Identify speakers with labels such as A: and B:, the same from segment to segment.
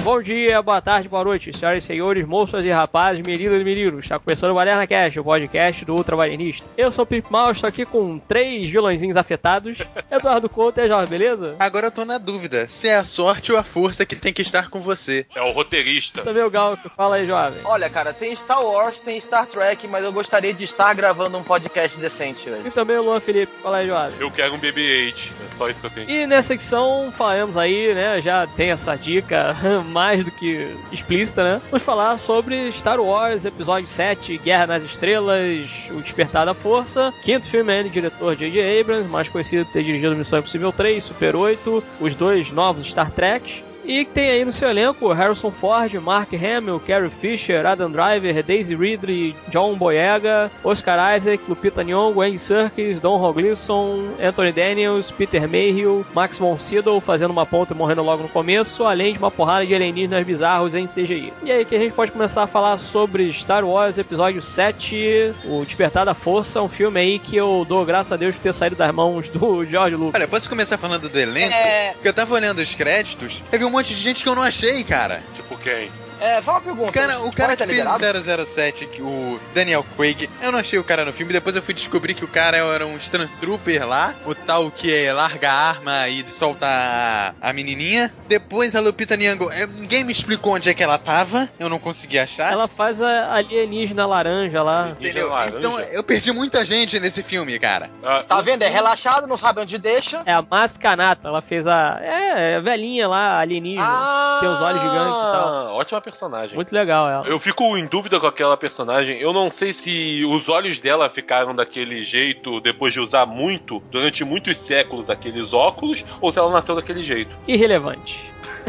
A: Bom dia, boa tarde, boa noite, senhoras e senhores, moças e rapazes, meninas e meninos. Está começando o Baderna Cast, o podcast do Ultra Badenista. Eu sou o Pip Mal, estou aqui com 3 vilõezinhos afetados. Eduardo Couto e Jorge, beleza?
B: Agora eu tô na dúvida, se é a sorte ou a força que tem que estar com você.
C: É o roteirista.
A: Também o Gal, fala aí, jovem.
D: Olha, cara, tem Star Wars, tem Star Trek, mas eu gostaria de estar gravando um podcast decente hoje.
A: E também o Luan Felipe, fala aí, jovem.
C: Eu quero um BB-8, é só isso que eu tenho.
A: E nessa secção, falamos aí, né, já tem essa dica mais do que explícita, né? Vamos falar sobre Star Wars, episódio 7, Guerra nas Estrelas, O Despertar da Força, quinto filme do diretor J.J. Abrams, mais conhecido por ter dirigido Missão Impossível 3, Super 8, os 2 novos Star Treks. E tem aí no seu elenco Harrison Ford, Mark Hamill, Carrie Fisher, Adam Driver, Daisy Ridley, John Boyega, Oscar Isaac, Lupita Nyong'o, Andy Serkis, Don Gleeson, Anthony Daniels, Peter Mayhew, Max von Sydow fazendo uma ponta e morrendo logo no começo, além de uma porrada de alienígenas bizarros em CGI. E aí que a gente pode começar a falar sobre Star Wars Episódio 7, O Despertar da Força, um filme aí que eu dou graças a Deus por ter saído das mãos do George Lucas.
B: Olha, posso começar falando do elenco? Porque eu tava olhando os créditos, eu vi um monte de gente que eu não achei, cara.
C: Tipo quem?
D: Só uma pergunta.
B: O cara que fez 007, o Daniel Craig, eu não achei o cara no filme. Depois eu fui descobrir que o cara era um Stormtrooper lá, o tal que larga a arma e solta a menininha. Depois a Lupita Nyong'o, ninguém me explicou onde é que ela tava, eu não consegui achar.
A: Ela faz a alienígena laranja lá.
B: Entendeu? Então eu perdi muita gente nesse filme, cara.
D: Tá vendo? É relaxado, não sabe onde deixa.
A: É a Mascanata, ela fez a velhinha lá, alienígena, tem os olhos gigantes e tal.
C: Ótima personagem.
A: Muito legal ela.
C: Eu fico em dúvida com aquela personagem. Eu não sei se os olhos dela ficaram daquele jeito depois de usar durante muitos séculos, aqueles óculos, ou se ela nasceu daquele jeito.
A: Irrelevante.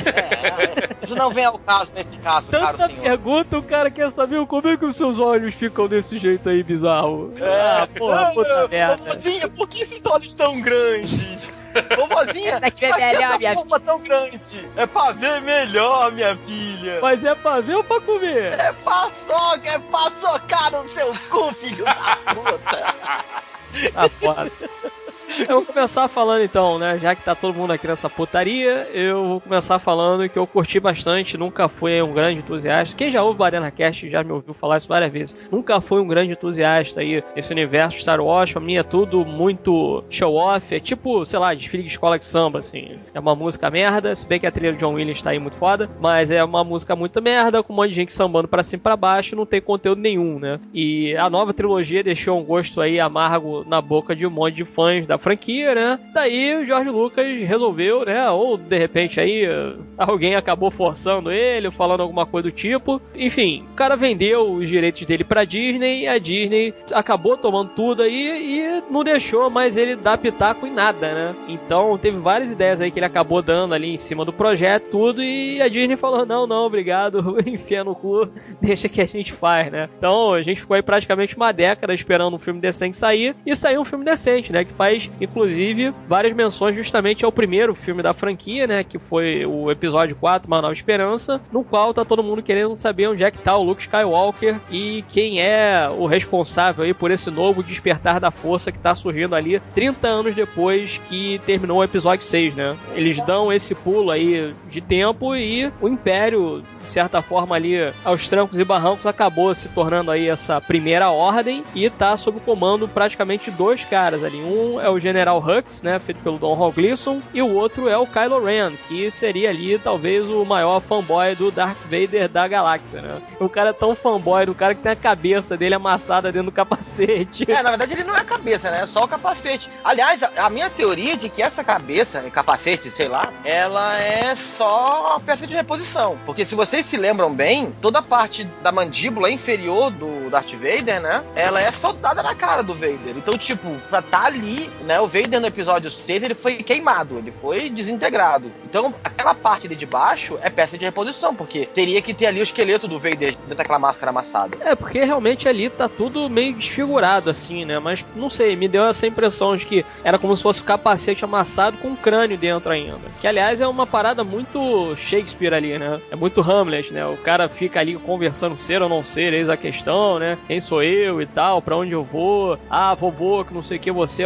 D: Isso não vem ao caso nesse caso, caro senhor.
A: Pergunta, o cara quer saber como é que os seus olhos ficam desse jeito aí bizarro. Porra, puta merda.
D: Vovozinha, por que esses olhos tão grandes? Vovozinha,
A: pra ver melhor, minha
D: forma tão grande. É pra ver melhor, minha filha.
A: Mas é pra ver ou pra comer?
D: É paçoca, é pra socar no seu cu, filho da puta.
A: Ah, foda. Eu vou começar falando então, né? Já que tá todo mundo aqui nessa putaria, eu vou começar falando que eu curti bastante, nunca fui um grande entusiasta. Quem já ouve o Baderna Cast já me ouviu falar isso várias vezes. Nunca fui um grande entusiasta aí nesse universo Star Wars. Pra mim é tudo muito show-off. É tipo, sei lá, desfile de escola de samba, assim. É uma música merda, se bem que a trilha do John Williams tá aí muito foda, mas é uma música muito merda, com um monte de gente sambando pra cima e pra baixo, não tem conteúdo nenhum, né? E a nova trilogia deixou um gosto aí amargo na boca de um monte de fãs da franquia, né? Daí o George Lucas resolveu, né? Ou de repente aí alguém acabou forçando ele, falando alguma coisa do tipo. Enfim, o cara vendeu os direitos dele pra Disney e a Disney acabou tomando tudo aí e não deixou mais ele dar pitaco em nada, né? Então teve várias ideias aí que ele acabou dando ali em cima do projeto, tudo, e a Disney falou, não, obrigado, enfia no cu, deixa que a gente faz, né? Então a gente ficou aí praticamente uma década esperando um filme decente sair, e saiu um filme decente, né? Que faz, inclusive, várias menções justamente ao primeiro filme da franquia, né? Que foi o episódio 4, Uma Nova Esperança, no qual tá todo mundo querendo saber onde é que tá o Luke Skywalker e quem é o responsável aí por esse novo despertar da força que tá surgindo ali 30 anos depois que terminou o episódio 6, né? Eles dão esse pulo aí de tempo e o Império, de certa forma ali, aos trancos e barrancos, acabou se tornando aí essa primeira ordem e tá sob o comando praticamente dois caras ali. Um é o General Hux, né, feito pelo Don Gleeson, e o outro é o Kylo Ren, que seria ali talvez o maior fanboy do Darth Vader da galáxia, né? O cara é tão fanboy do cara que tem a cabeça dele amassada dentro do capacete.
D: Na verdade ele não é a cabeça, né? É só o capacete. Aliás, a minha teoria é de que essa cabeça, capacete, sei lá, ela é só uma peça de reposição. Porque se vocês se lembram bem, toda a parte da mandíbula inferior do Darth Vader, né? Ela é soldada na cara do Vader. Então, tipo, pra tá ali, né? O Vader no episódio 6, ele foi queimado, ele foi desintegrado. Então, aquela parte ali de baixo é peça de reposição, porque teria que ter ali o esqueleto do Vader dentro daquela máscara amassada.
A: Porque realmente ali tá tudo meio desfigurado, assim, né? Mas, não sei, me deu essa impressão de que era como se fosse o capacete amassado com um crânio dentro ainda. Que, aliás, é uma parada muito Shakespeare ali, né? É muito Hamlet, né? O cara fica ali conversando ser ou não ser, eis a questão, né? Quem sou eu e tal, pra onde eu vou? Ah, vovô, que não sei o que, você é o cara que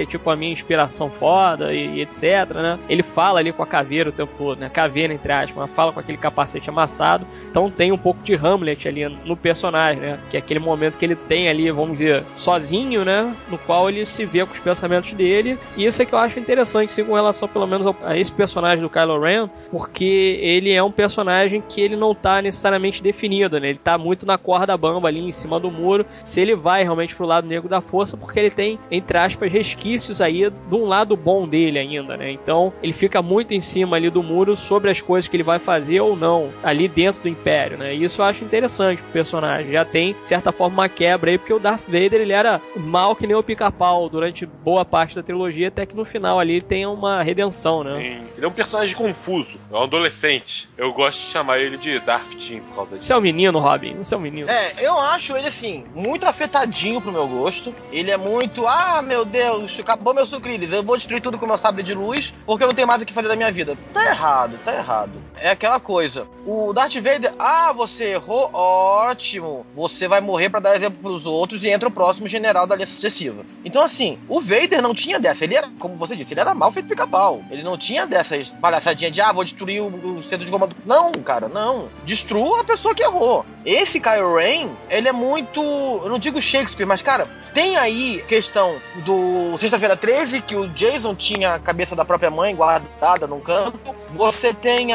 A: tipo a minha inspiração foda e etc, né? Ele fala ali com a caveira o tempo todo, né? Caveira, entre aspas, mas fala com aquele capacete amassado. Então tem um pouco de Hamlet ali no personagem, né? Que é aquele momento que ele tem ali, vamos dizer, sozinho, né? No qual ele se vê com os pensamentos dele. E isso é que eu acho interessante, sim, com relação pelo menos a esse personagem do Kylo Ren, porque ele é um personagem que ele não tá necessariamente definido, né? Ele tá muito na corda bamba ali em cima do muro, se ele vai realmente pro lado negro da força, porque ele tem, entre aspas, resquícios aí de um lado bom dele ainda, né? Então ele fica muito em cima ali do muro sobre as coisas que ele vai fazer ou não ali dentro do Império, né? E isso eu acho interessante pro personagem. Já tem, de certa forma, uma quebra aí, porque o Darth Vader, ele era mal que nem o Pica-Pau durante boa parte da trilogia, até que no final ali ele tem uma redenção, né?
C: Sim. Ele é um personagem confuso, é um adolescente. Eu gosto de chamar ele de Darth Team por causa disso.
A: Você é um menino, Robin, você é um menino.
D: Eu acho ele, assim, muito afetadinho pro meu gosto. Ele é muito, meu Deus, acabou meu sucrilhos, eu vou destruir tudo com meu sabre de luz, porque eu não tenho mais o que fazer da minha vida. Tá errado. É aquela coisa. O Darth Vader, você errou, ótimo. Você vai morrer pra dar exemplo pros outros e entra o próximo general da linha sucessiva. Então, assim, o Vader não tinha dessa. Ele era, como você disse, ele era mal feito Pica-Pau. Ele não tinha dessas palhaçadinhas de, vou destruir o centro de comando. Não, cara, não. Destrua a pessoa que errou. Esse Kylo Ren, ele é muito, eu não digo Shakespeare, mas, cara, tem aí questão do Sexta-feira 13, que o Jason tinha a cabeça da própria mãe guardada num canto. Você tem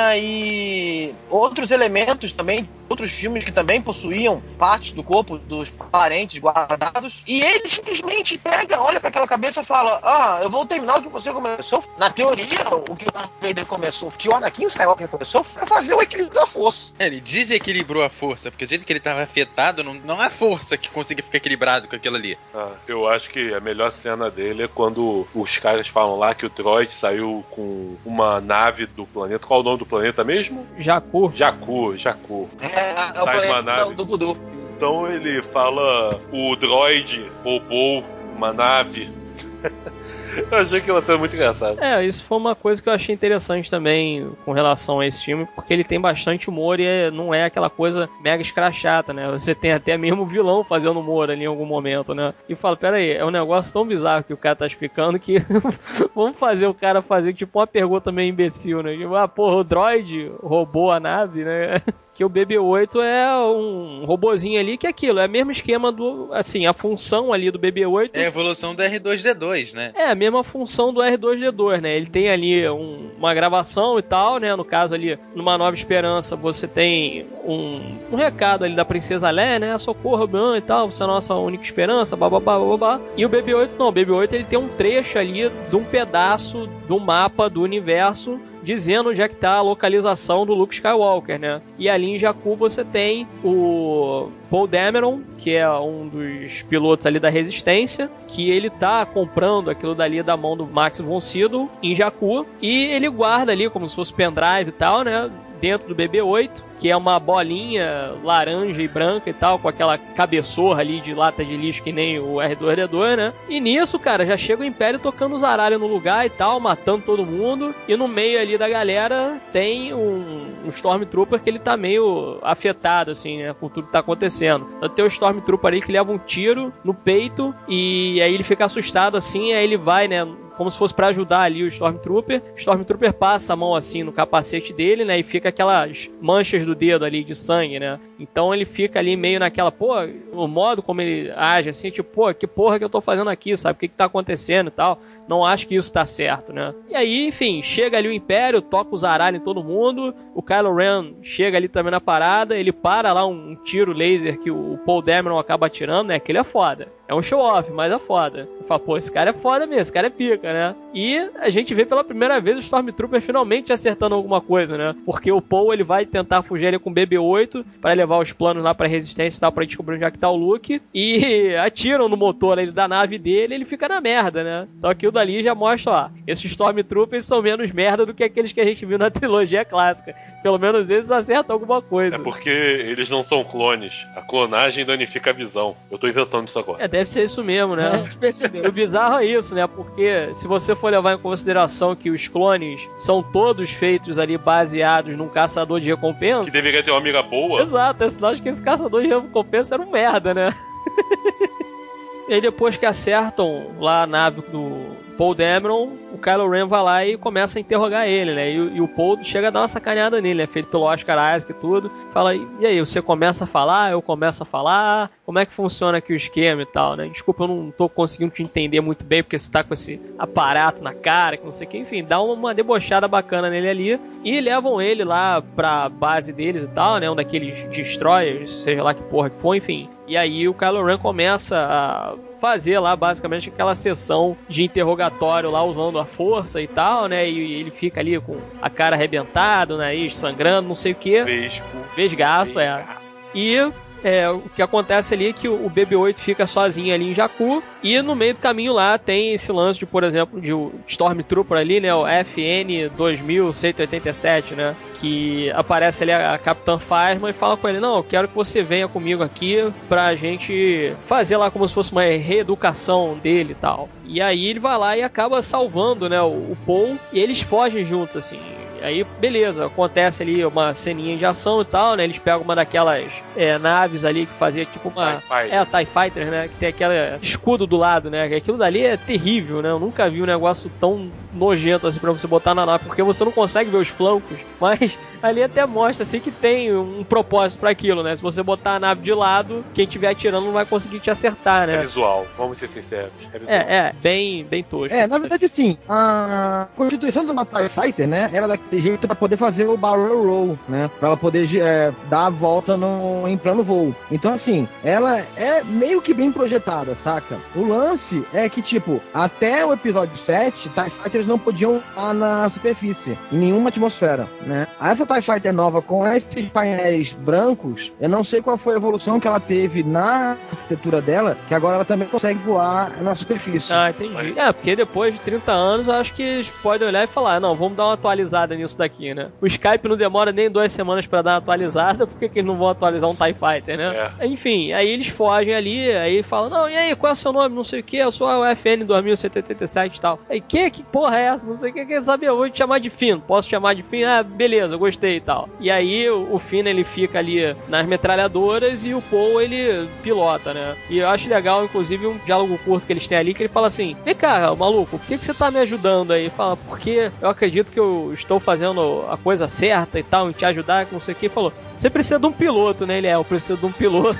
D: aí outros elementos também, outros filmes que também possuíam partes do corpo dos parentes guardados. E ele simplesmente pega, olha pra aquela cabeça e fala, eu vou terminar o que você começou. Na teoria, o que o Darth Vader começou, o que o Anakin Skywalker começou, foi fazer o equilíbrio da força.
B: Ele desequilibrou a força, porque do jeito que ele tava afetado, não é a força que conseguia ficar equilibrado com aquilo ali.
C: Eu acho que a melhor cena dele é quando os caras falam lá que o droid saiu com uma nave do planeta. Qual o nome do planeta mesmo?
A: Jakku.
D: É o planeta do voodoo.
C: Então ele fala, o droid roubou uma nave. Eu achei que ia ser muito engraçado.
A: Isso foi uma coisa que eu achei interessante também com relação a esse filme, porque ele tem bastante humor e não é aquela coisa mega escrachata, né? Você tem até mesmo o vilão fazendo humor ali em algum momento, né? E fala, pera aí, é um negócio tão bizarro que o cara tá explicando que vamos fazer o cara fazer tipo uma pergunta meio imbecil, né? Tipo, o droid roubou a nave, né? Que o BB-8 é um robozinho ali, que é aquilo, é o mesmo esquema do, assim, a função ali do BB-8...
B: É a evolução do R2-D2, né?
A: É a mesma função do R2-D2, né? Ele tem ali uma gravação e tal, né? No caso ali, numa Nova Esperança, você tem um recado ali da Princesa Leia, né? Socorro, Obi-Wan e tal, você é a nossa única esperança, babá. E o BB-8 não, o BB-8 ele tem um trecho ali de um pedaço do mapa do universo dizendo onde é que tá a localização do Luke Skywalker, né? E ali em Jakku você tem o Poe Dameron, que é um dos pilotos ali da Resistência, que ele tá comprando aquilo dali da mão do Max von Sydow em Jakku, e ele guarda ali como se fosse pendrive e tal, né? Dentro do BB-8, que é uma bolinha laranja e branca e tal, com aquela cabeçorra ali de lata de lixo que nem o R2-D2, né? E nisso, cara, já chega o Império tocando os aralhos no lugar e tal, matando todo mundo, e no meio ali da galera tem um Stormtrooper que ele tá meio afetado, assim, né, com tudo que tá acontecendo. Então tem o Stormtrooper ali que leva um tiro no peito, e aí ele fica assustado, assim, aí ele vai, né, como se fosse pra ajudar ali o Stormtrooper. O Stormtrooper passa a mão assim no capacete dele, né? E fica aquelas manchas do dedo ali de sangue, né? Então ele fica ali meio naquela, o modo como ele age, assim, tipo, que porra que eu tô fazendo aqui, sabe? O que tá acontecendo e tal. Não acho que isso tá certo, né? E aí, enfim, chega ali o Império, toca os aralhos em todo mundo. O Kylo Ren chega ali também na parada. Ele para lá um tiro laser que o Poe Dameron acaba atirando, né? Que ele é foda. É um show-off, mas é foda. Eu falo, esse cara é foda mesmo, esse cara é pica, né? E a gente vê pela primeira vez o Stormtrooper finalmente acertando alguma coisa, né? Porque o Poe, ele vai tentar fugir ali com o BB-8 para levar os planos lá pra Resistência e tal, pra descobrir onde é que tá o Luke. E atiram no motor ali da nave dele e ele fica na merda, né? Então aquilo dali já mostra, ó, esses Stormtroopers são menos merda do que aqueles que a gente viu na trilogia clássica. Pelo menos eles acertam alguma coisa.
C: É porque eles não são clones. A clonagem danifica a visão. Eu tô inventando isso agora.
A: Deve ser isso mesmo, né? E o bizarro é isso, né? Porque se você for levar em consideração que os clones são todos feitos ali baseados num caçador de recompensa...
C: Que deveria ter uma amiga boa.
A: Exato, é sinal de que esse caçador de recompensa era um merda, né? E aí depois que acertam lá a nave do Paul Dameron, o Kylo Ren vai lá e começa a interrogar ele, né? E o Paul chega a dar uma sacaneada nele, né? Feito pelo Oscar Isaac e tudo. Fala, e aí, você começa a falar, eu começo a falar, como é que funciona aqui o esquema e tal, né? Desculpa, eu não tô conseguindo te entender muito bem, porque você tá com esse aparato na cara, que não sei o que. Enfim, dá uma debochada bacana nele ali. E levam ele lá pra base deles e tal, né? Um daqueles destroyers, seja lá que porra que for, enfim. E aí o Kylo Ren começa a fazer lá basicamente aquela sessão de interrogatório lá usando a força e tal, né? E ele fica ali com a cara arrebentada, o nariz sangrando, não sei o que. Vesgaço, é. E o que acontece ali é que o BB-8 fica sozinho ali em Jakku, e no meio do caminho lá tem esse lance de, por exemplo, de o Stormtrooper ali, né, o FN 2187, né, que aparece ali a Capitã Phasma e fala com ele, não, eu quero que você venha comigo aqui pra gente fazer lá como se fosse uma reeducação dele e tal. E aí ele vai lá e acaba salvando, né, o Paul, e eles fogem juntos, assim. Aí, beleza, acontece ali uma ceninha de ação e tal, né? Eles pegam uma daquelas naves ali que fazia tipo uma... TIE Fighter, né? Que tem aquele escudo do lado, né? Aquilo dali é terrível, né? Eu nunca vi um negócio tão nojento assim pra você botar na nave, porque você não consegue ver os flancos, mas ali até mostra assim que tem um propósito pra aquilo, né? Se você botar a nave de lado, quem estiver atirando não vai conseguir te acertar, né?
C: É visual, vamos ser sinceros.
A: Bem tosco.
E: Na verdade, sim, a constituição de uma TIE Fighter, né, era daquele jeito pra poder fazer o barrel roll, né, pra ela poder dar a volta em plano voo. Então, assim, ela é meio que bem projetada, saca? O lance é que, tipo, até o episódio 7, TIE Fighters não podiam estar na superfície, em nenhuma atmosfera, né? Essa TIE Fighter nova, com esses painéis brancos, eu não sei qual foi a evolução que ela teve na arquitetura dela, que agora ela também consegue voar na superfície.
A: Ah, entendi. Porque depois de 30 anos, eu acho que eles podem olhar e falar, não, vamos dar uma atualizada nisso daqui, né? O Skype não demora nem 2 semanas pra dar uma atualizada, por que eles não vão atualizar um TIE Fighter, né? Enfim, aí eles fogem ali, aí falam, não, e aí, qual é o seu nome? Não sei o que, eu sou o FN 2187 e tal. Aí, que porra é essa? Não sei o que, quer saber? Eu vou te chamar de Finn. Posso te chamar de Finn? Ah, beleza, gostei e tal. E aí, o Finn, ele fica ali nas metralhadoras e o Paul, ele pilota, né? E eu acho legal, inclusive, um diálogo curto que eles têm ali, que ele fala assim, vem cá, maluco, por que você tá me ajudando aí? Fala, porque eu acredito que eu estou fazendo a coisa certa e tal, em te ajudar, que não sei o que. Ele falou, você precisa de um piloto, né? Eu preciso de um piloto.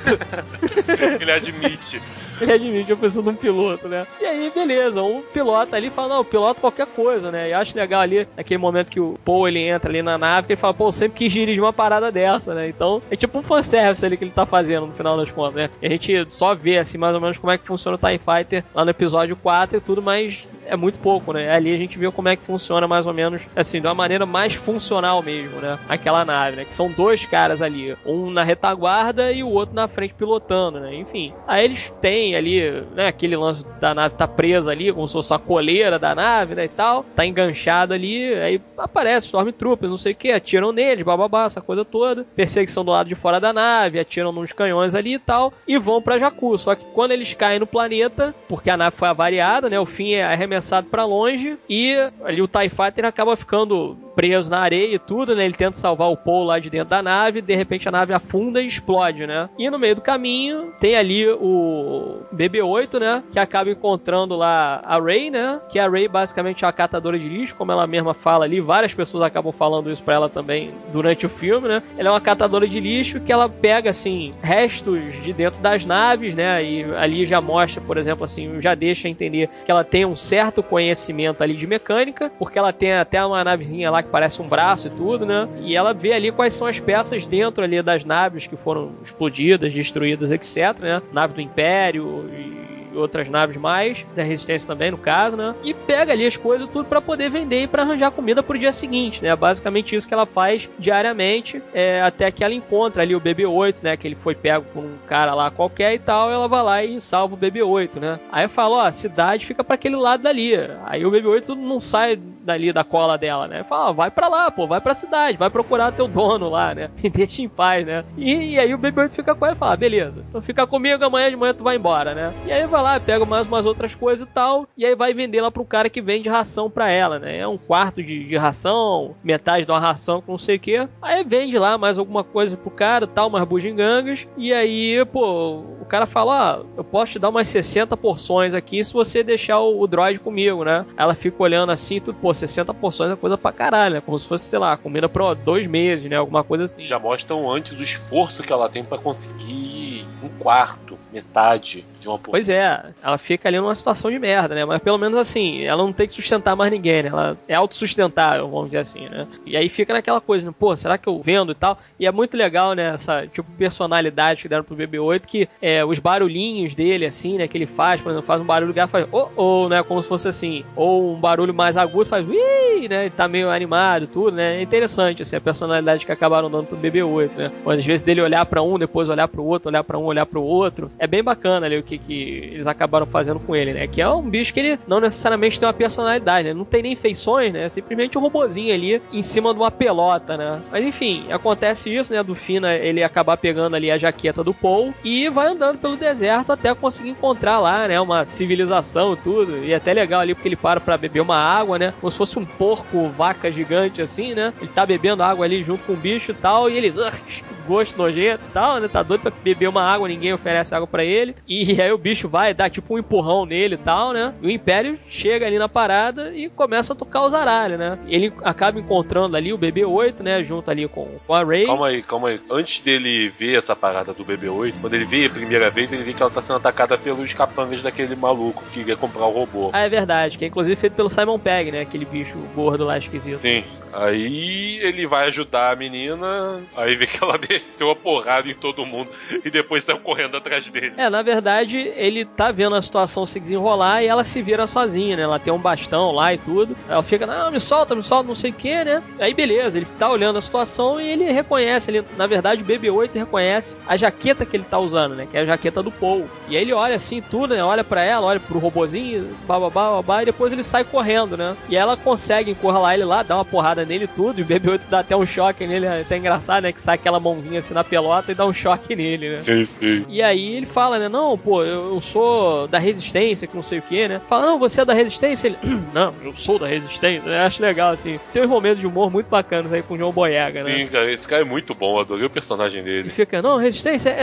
C: Ele admite.
A: Ele admite, eu preciso de um piloto, né? E aí, beleza, um pilota ali fala, não, piloto qualquer coisa, né? E eu acho legal ali, naquele momento que o Paul, ele entra ali na nave, que ele fala, pô, eu sempre quis dirigir uma parada dessa, né? Então, é tipo um fanservice ali que ele tá fazendo no final das contas, né? E a gente só vê, assim, mais ou menos como é que funciona o TIE Fighter lá no episódio 4 e tudo, mas é muito pouco, né? Ali a gente vê como é que funciona mais ou menos, assim, de uma maneira mais funcional mesmo, né? Aquela nave, né? Que são 2 caras ali, um na retaguarda e o outro na frente pilotando, né? Enfim, aí eles têm ali, né, aquele lance da nave tá presa ali, como se fosse a coleira da nave, né, e tal, tá enganchado ali, aí aparece Stormtroopers, não sei o que, atiram neles, bababá, essa coisa toda, perseguição do lado de fora da nave, atiram nos canhões ali e tal, e vão pra Jakku, só que quando eles caem no planeta, porque a nave foi avariada, né, o Finn é arremessado pra longe, e ali o TIE Fighter acaba ficando preso na areia e tudo, né, ele tenta salvar o Paul lá de dentro da nave, de repente a nave afunda e explode, né, e no meio do caminho tem ali o BB-8, né, que acaba encontrando lá a Rey, né, que a Rey basicamente é uma catadora de lixo, como ela mesma fala ali, várias pessoas acabam falando isso pra ela também durante o filme, né, ela é uma catadora de lixo que ela pega, assim, restos de dentro das naves, né, e ali já mostra, por exemplo, assim, já deixa entender que ela tem um certo conhecimento ali de mecânica, porque ela tem até uma navezinha lá que parece um braço e tudo, né, e ela vê ali quais são as peças dentro ali das naves que foram explodidas, destruídas, etc, né, nave do Império e outras naves mais, da Resistência também, no caso, né? E pega ali as coisas tudo pra poder vender e pra arranjar comida pro dia seguinte, né? Basicamente isso que ela faz diariamente, até que ela encontra ali o BB-8, né? Que ele foi pego por um cara lá qualquer e tal, ela vai lá e salva o BB-8, né? Aí eu falo, ó, a cidade fica pra aquele lado dali. Aí o BB-8 não sai dali da cola dela, né? Fala, vai pra lá, pô, vai pra cidade, vai procurar teu dono lá, né? E deixa em paz, né? E aí o BB-8 fica com ela e fala, beleza, então fica comigo, amanhã de manhã tu vai embora, né? E aí vai lá, pega mais umas outras coisas e tal, e aí vai vender lá pro cara que vende ração pra ela, né? É um quarto de ração, metade de uma ração com não sei o que. Aí vende lá mais alguma coisa pro cara, tal, umas bugigangas, e aí, pô, o cara fala, ó, eu posso te dar umas 60 porções aqui se você deixar o droid comigo, né? Ela fica olhando assim, tudo, pô, 60 porções é coisa pra caralho, né? Como se fosse, sei lá, comida pra 2 meses, né? Alguma coisa assim.
C: Já mostram antes o esforço que ela tem pra conseguir um quarto, metade de uma porção.
A: Pois é, ela fica ali numa situação de merda, né? Mas pelo menos assim, ela não tem que sustentar mais ninguém, né? Ela é autossustentável, vamos dizer assim, né? E aí fica naquela coisa, né? Pô, será que eu vendo e tal? E é muito legal, né? Essa, tipo, personalidade que deram pro BB-8, que os barulhinhos dele, assim, né? Que ele faz, por exemplo, faz um barulho que faz né? Como se fosse assim. Ou um barulho mais agudo, faz ui, né? E tá meio animado, tudo, né? É interessante, assim, a personalidade que acabaram dando pro BB-8, né? Mas às vezes dele olhar pra um, depois olhar pro outro, olhar pra um, olhar pro outro. É bem bacana ali o que eles acabaram fazendo com ele, né? Que é um bicho que ele não necessariamente tem uma personalidade, né? Não tem nem feições, né? É simplesmente um robozinho ali em cima de uma pelota, né? Mas enfim, acontece isso, né? Do Fina ele acabar pegando ali a jaqueta do Paul e vai andando pelo deserto até conseguir encontrar lá, né? Uma civilização, tudo. E é até legal ali porque ele para pra beber uma água, né? Como se fosse um porco, vaca gigante assim, né? Ele tá bebendo água ali junto com o bicho e tal, e ele... gosto nojento e tal, né? Tá doido pra beber uma água, ninguém oferece água pra ele. E aí o bicho vai dar tipo um empurrão nele e tal, né? E o Império chega ali na parada e começa a tocar os aralhos, né? Ele acaba encontrando ali o BB-8, né? Junto ali com a Rey.
C: Calma aí. Antes dele ver essa parada do BB-8, quando ele vê a primeira vez, ele vê que ela tá sendo atacada pelos capangas daquele maluco que queria comprar o robô.
A: Ah, é verdade. Que é inclusive feito pelo Simon Pegg, né? Aquele bicho gordo lá esquisito.
C: Sim. Aí ele vai ajudar a menina, aí vê que ela desceu a porrada em todo mundo e depois saiu correndo atrás dele.
A: Na verdade, ele tá vendo a situação se desenrolar e ela se vira sozinha, né? Ela tem um bastão lá e tudo. Ela fica, não, me solta, não sei o que, né? Aí beleza, ele tá olhando a situação e ele reconhece, na verdade o BB-8 reconhece a jaqueta que ele tá usando, né? Que é a jaqueta do Paul. E aí ele olha assim tudo, né? Olha pra ela, olha pro robozinho, babá, e depois ele sai correndo, né? E ela consegue encurralar ele lá, dá uma porrada nele e tudo, e o BB-8 dá até um choque nele, é até engraçado, né? Que sai aquela mãozinha assim na pelota e dá um choque nele, né?
C: Sim.
A: E aí ele fala, né? Não, pô, eu sou da Resistência, que não sei o que, né? Fala, não, você é da Resistência? Ele, não, eu sou da Resistência. Eu acho legal, assim. Tem uns momentos de humor muito bacanas aí com o João Boyega, né?
C: Sim, cara, esse cara é muito bom, eu adorei o personagem dele.
A: Ele fica, não, Resistência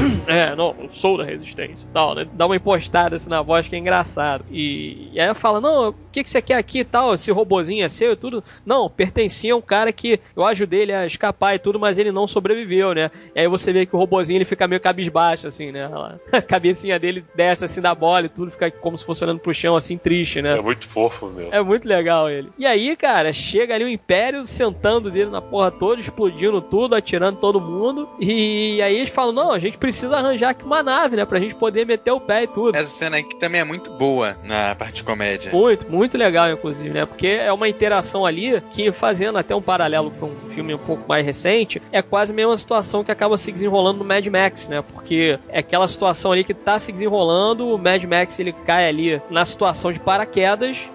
A: não, eu sou da Resistência e tal, né? Dá uma impostada assim na voz que é engraçado. E aí ela fala, não, o que você quer aqui e tal? Esse robozinho é seu e tudo? Não, pertencia a um cara que eu ajudei ele a escapar e tudo, mas ele não sobreviveu, né? E aí você vê que o robozinho ele fica meio cabisbaixo, assim, né? A cabecinha dele desce assim da bola e tudo, fica como se fosse olhando pro chão, assim, triste, né?
C: É muito fofo, meu.
A: É muito legal ele. E aí, cara, chega ali o Império sentando dele na porra toda, explodindo tudo, atirando todo mundo. E aí eles falam, não, a gente precisa arranjar aqui uma nave, né? Pra gente poder meter o pé e tudo.
B: Essa cena aqui também é muito boa na parte de comédia.
A: Muito legal, inclusive, né? Porque é uma interação ali que, fazendo até um paralelo pra um filme um pouco mais recente, é quase a mesma situação que acaba se desenrolando no Mad Max, né? Porque é aquela situação ali que tá se desenrolando, o Mad Max ele cai ali na situação de paraquedas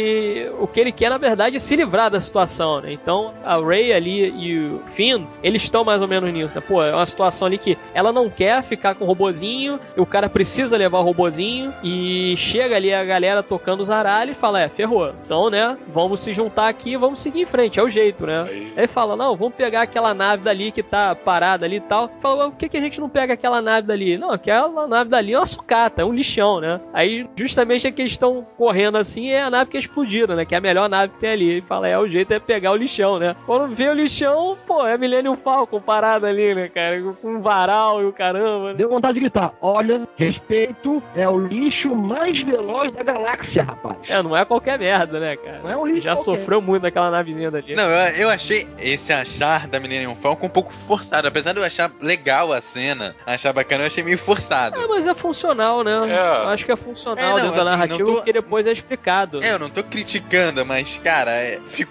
A: e o que ele quer, na verdade, é se livrar da situação, né? Então, a Rey ali e o Finn, eles estão mais ou menos nisso, né? Pô, é uma situação ali que ela não quer ficar com o robozinho, e o cara precisa levar o robozinho, e chega ali a galera tocando os aralhos e fala, ferrou. Então, né, vamos se juntar aqui e vamos seguir em frente, é o jeito, né? Aí fala, não, vamos pegar aquela nave dali que tá parada ali e tal. Fala, por que a gente não pega aquela nave dali? Não, aquela nave dali é uma sucata, é um lixão, né? Aí, justamente a que eles estão correndo assim é a nave que é explodida, né? Que é a melhor nave que tem ali. E fala, o jeito é pegar o lixão, né? Quando vê o lixão, pô, é Millennium Falcon parado ali, né, cara? Com um varal e o caramba, né?
E: Deu vontade de gritar, olha, respeito, é o lixo mais veloz da galáxia, rapaz.
A: Não é qualquer merda, né, cara?
E: Não é um lixo
A: já
E: qualquer.
A: Sofreu muito daquela navezinha dali.
B: Não, eu achei esse achar da Millennium Falcon um pouco forçado. Apesar de eu achar legal a cena, achar bacana, eu achei meio forçado.
A: Mas é funcional, né? Eu acho que é funcional dentro da narrativa, porque depois é explicado.
B: Eu não tô criticando, mas, cara, ficou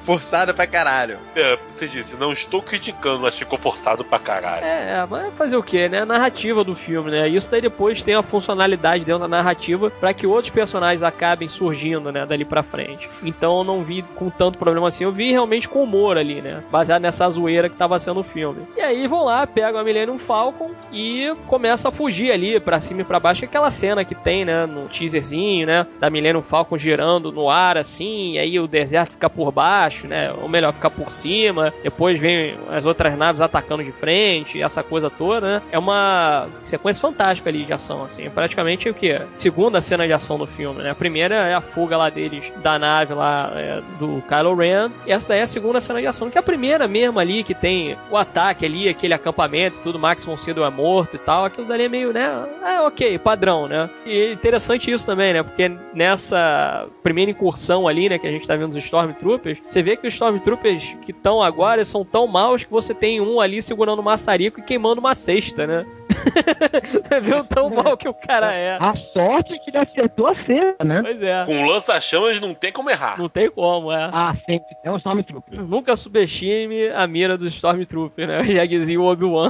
B: forçada pra caralho.
C: Você disse, não estou criticando, mas ficou forçado pra caralho.
A: Mas fazer o quê, né? A narrativa do filme, né? Isso daí depois tem a funcionalidade dentro da narrativa pra que outros personagens acabem surgindo, né? Dali pra frente. Então eu não vi com tanto problema assim. Eu vi realmente com humor ali, né? Baseado nessa zoeira que tava sendo o filme. E aí vão lá, pegam a Millennium Falcon e começam a fugir ali pra cima e pra baixo. Aquela cena que tem, né? No teaserzinho, né? Da Millennium Falcon girando no ar, assim. E aí o deserto fica por baixo, né? Ou melhor, fica por cima. Depois vem as outras naves atacando de frente. Essa coisa toda, né? É uma sequência fantástica ali de ação, assim. É praticamente o quê? Segunda cena de ação do filme, né? A primeira é a fuga lá deles da nave lá do Kylo Ren. E essa daí é a segunda cena de ação. Que é a primeira mesmo ali, que tem o ataque ali, aquele acampamento e tudo. Max von Sydow é morto e tal. Aquilo dali é meio, né? Ok, padrão, né? E é interessante isso também, né? Porque nessa primeira incursão ali, né? Que a gente tá vendo os Stormtroopers, você vê que os Stormtroopers que estão agora são tão maus que você tem um ali segurando um maçarico e queimando uma cesta, né? Você viu tão mal que o cara é.
E: A sorte é que ele acertou a cena, né?
A: Pois é.
C: Com lança-chamas não tem como errar.
A: Não tem como,
E: sempre é um Stormtrooper.
A: Nunca subestime a mira dos Stormtroopers, né? Já dizia o Obi-Wan.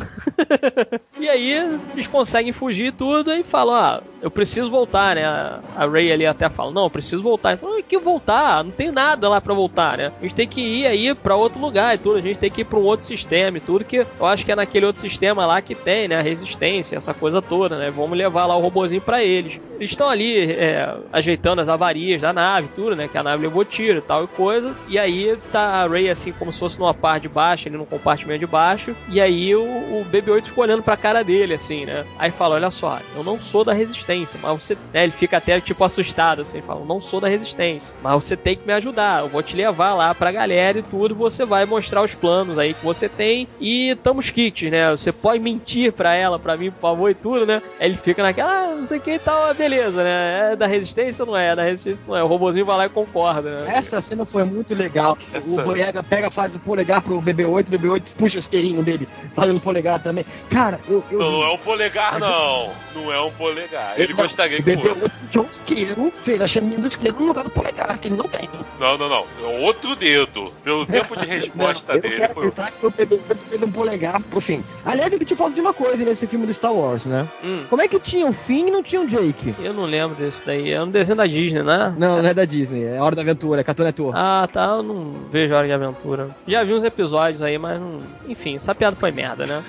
A: E aí, eles conseguem fugir e tudo, e falam, eu preciso voltar, né? A Rey ali até fala, não, eu preciso voltar. Ele fala, que voltar? Não tem nada lá pra voltar, né? A gente tem que ir aí pra outro lugar e tudo, a gente tem que ir pra um outro sistema e tudo, que eu acho que é naquele outro sistema lá que tem, né? A resistência, essa coisa toda, né? Vamos levar lá o robozinho pra eles. Eles estão ali ajeitando as avarias da nave, tudo, né? Que a nave levou tiro e tal e coisa. E aí tá a Rey assim, como se fosse numa parte de baixo, ali no compartimento de baixo. E aí o BB-8 ficou olhando pra cara dele, assim, né? Aí fala, olha só, eu não sou da resistência, mas você... Né, ele fica até, tipo, assustado, assim. Fala, eu não sou da resistência, mas você tem que me ajudar. Eu vou te levar lá pra galera e tudo. Você vai mostrar os planos aí que você tem. E estamos kits, né? Você pode mentir pra ela, pra mim, por favor, e tudo, né? Aí ele fica naquela, não sei o que e tal, beleza, né? É da resistência ou não é? É da resistência não é? O robozinho vai lá e concorda, né?
E: Essa cena foi muito legal. O Boyega pega, faz o polegar pro BB-8, o BB-8 puxa o isqueirinho dele, fazendo polegar também. Cara,
C: não é um polegar, não. Não é um polegar. Ele gostaria que fosse.
E: O BB-8 puxou um isqueiro, fez a chaminha do isqueiro no lugar do polegar, que ele não tem.
C: Não. É outro dedo. Pelo tempo de resposta dele.
E: Eu quero pensar que o BB-8 fez um polegar pro fim. Aliás, eu te falo de uma coisa nesse filme do Star Wars, né? Como é que tinha o Finn e não tinha o Jake?
A: Eu não lembro desse daí. É um desenho da Disney, né?
E: Não é da Disney. É Hora da Aventura, é Cartoon Network.
A: Tá. Eu não vejo Hora de Aventura. Já vi uns episódios aí, mas não... Enfim, essa piada foi merda, né?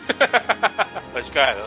C: Mas, cara,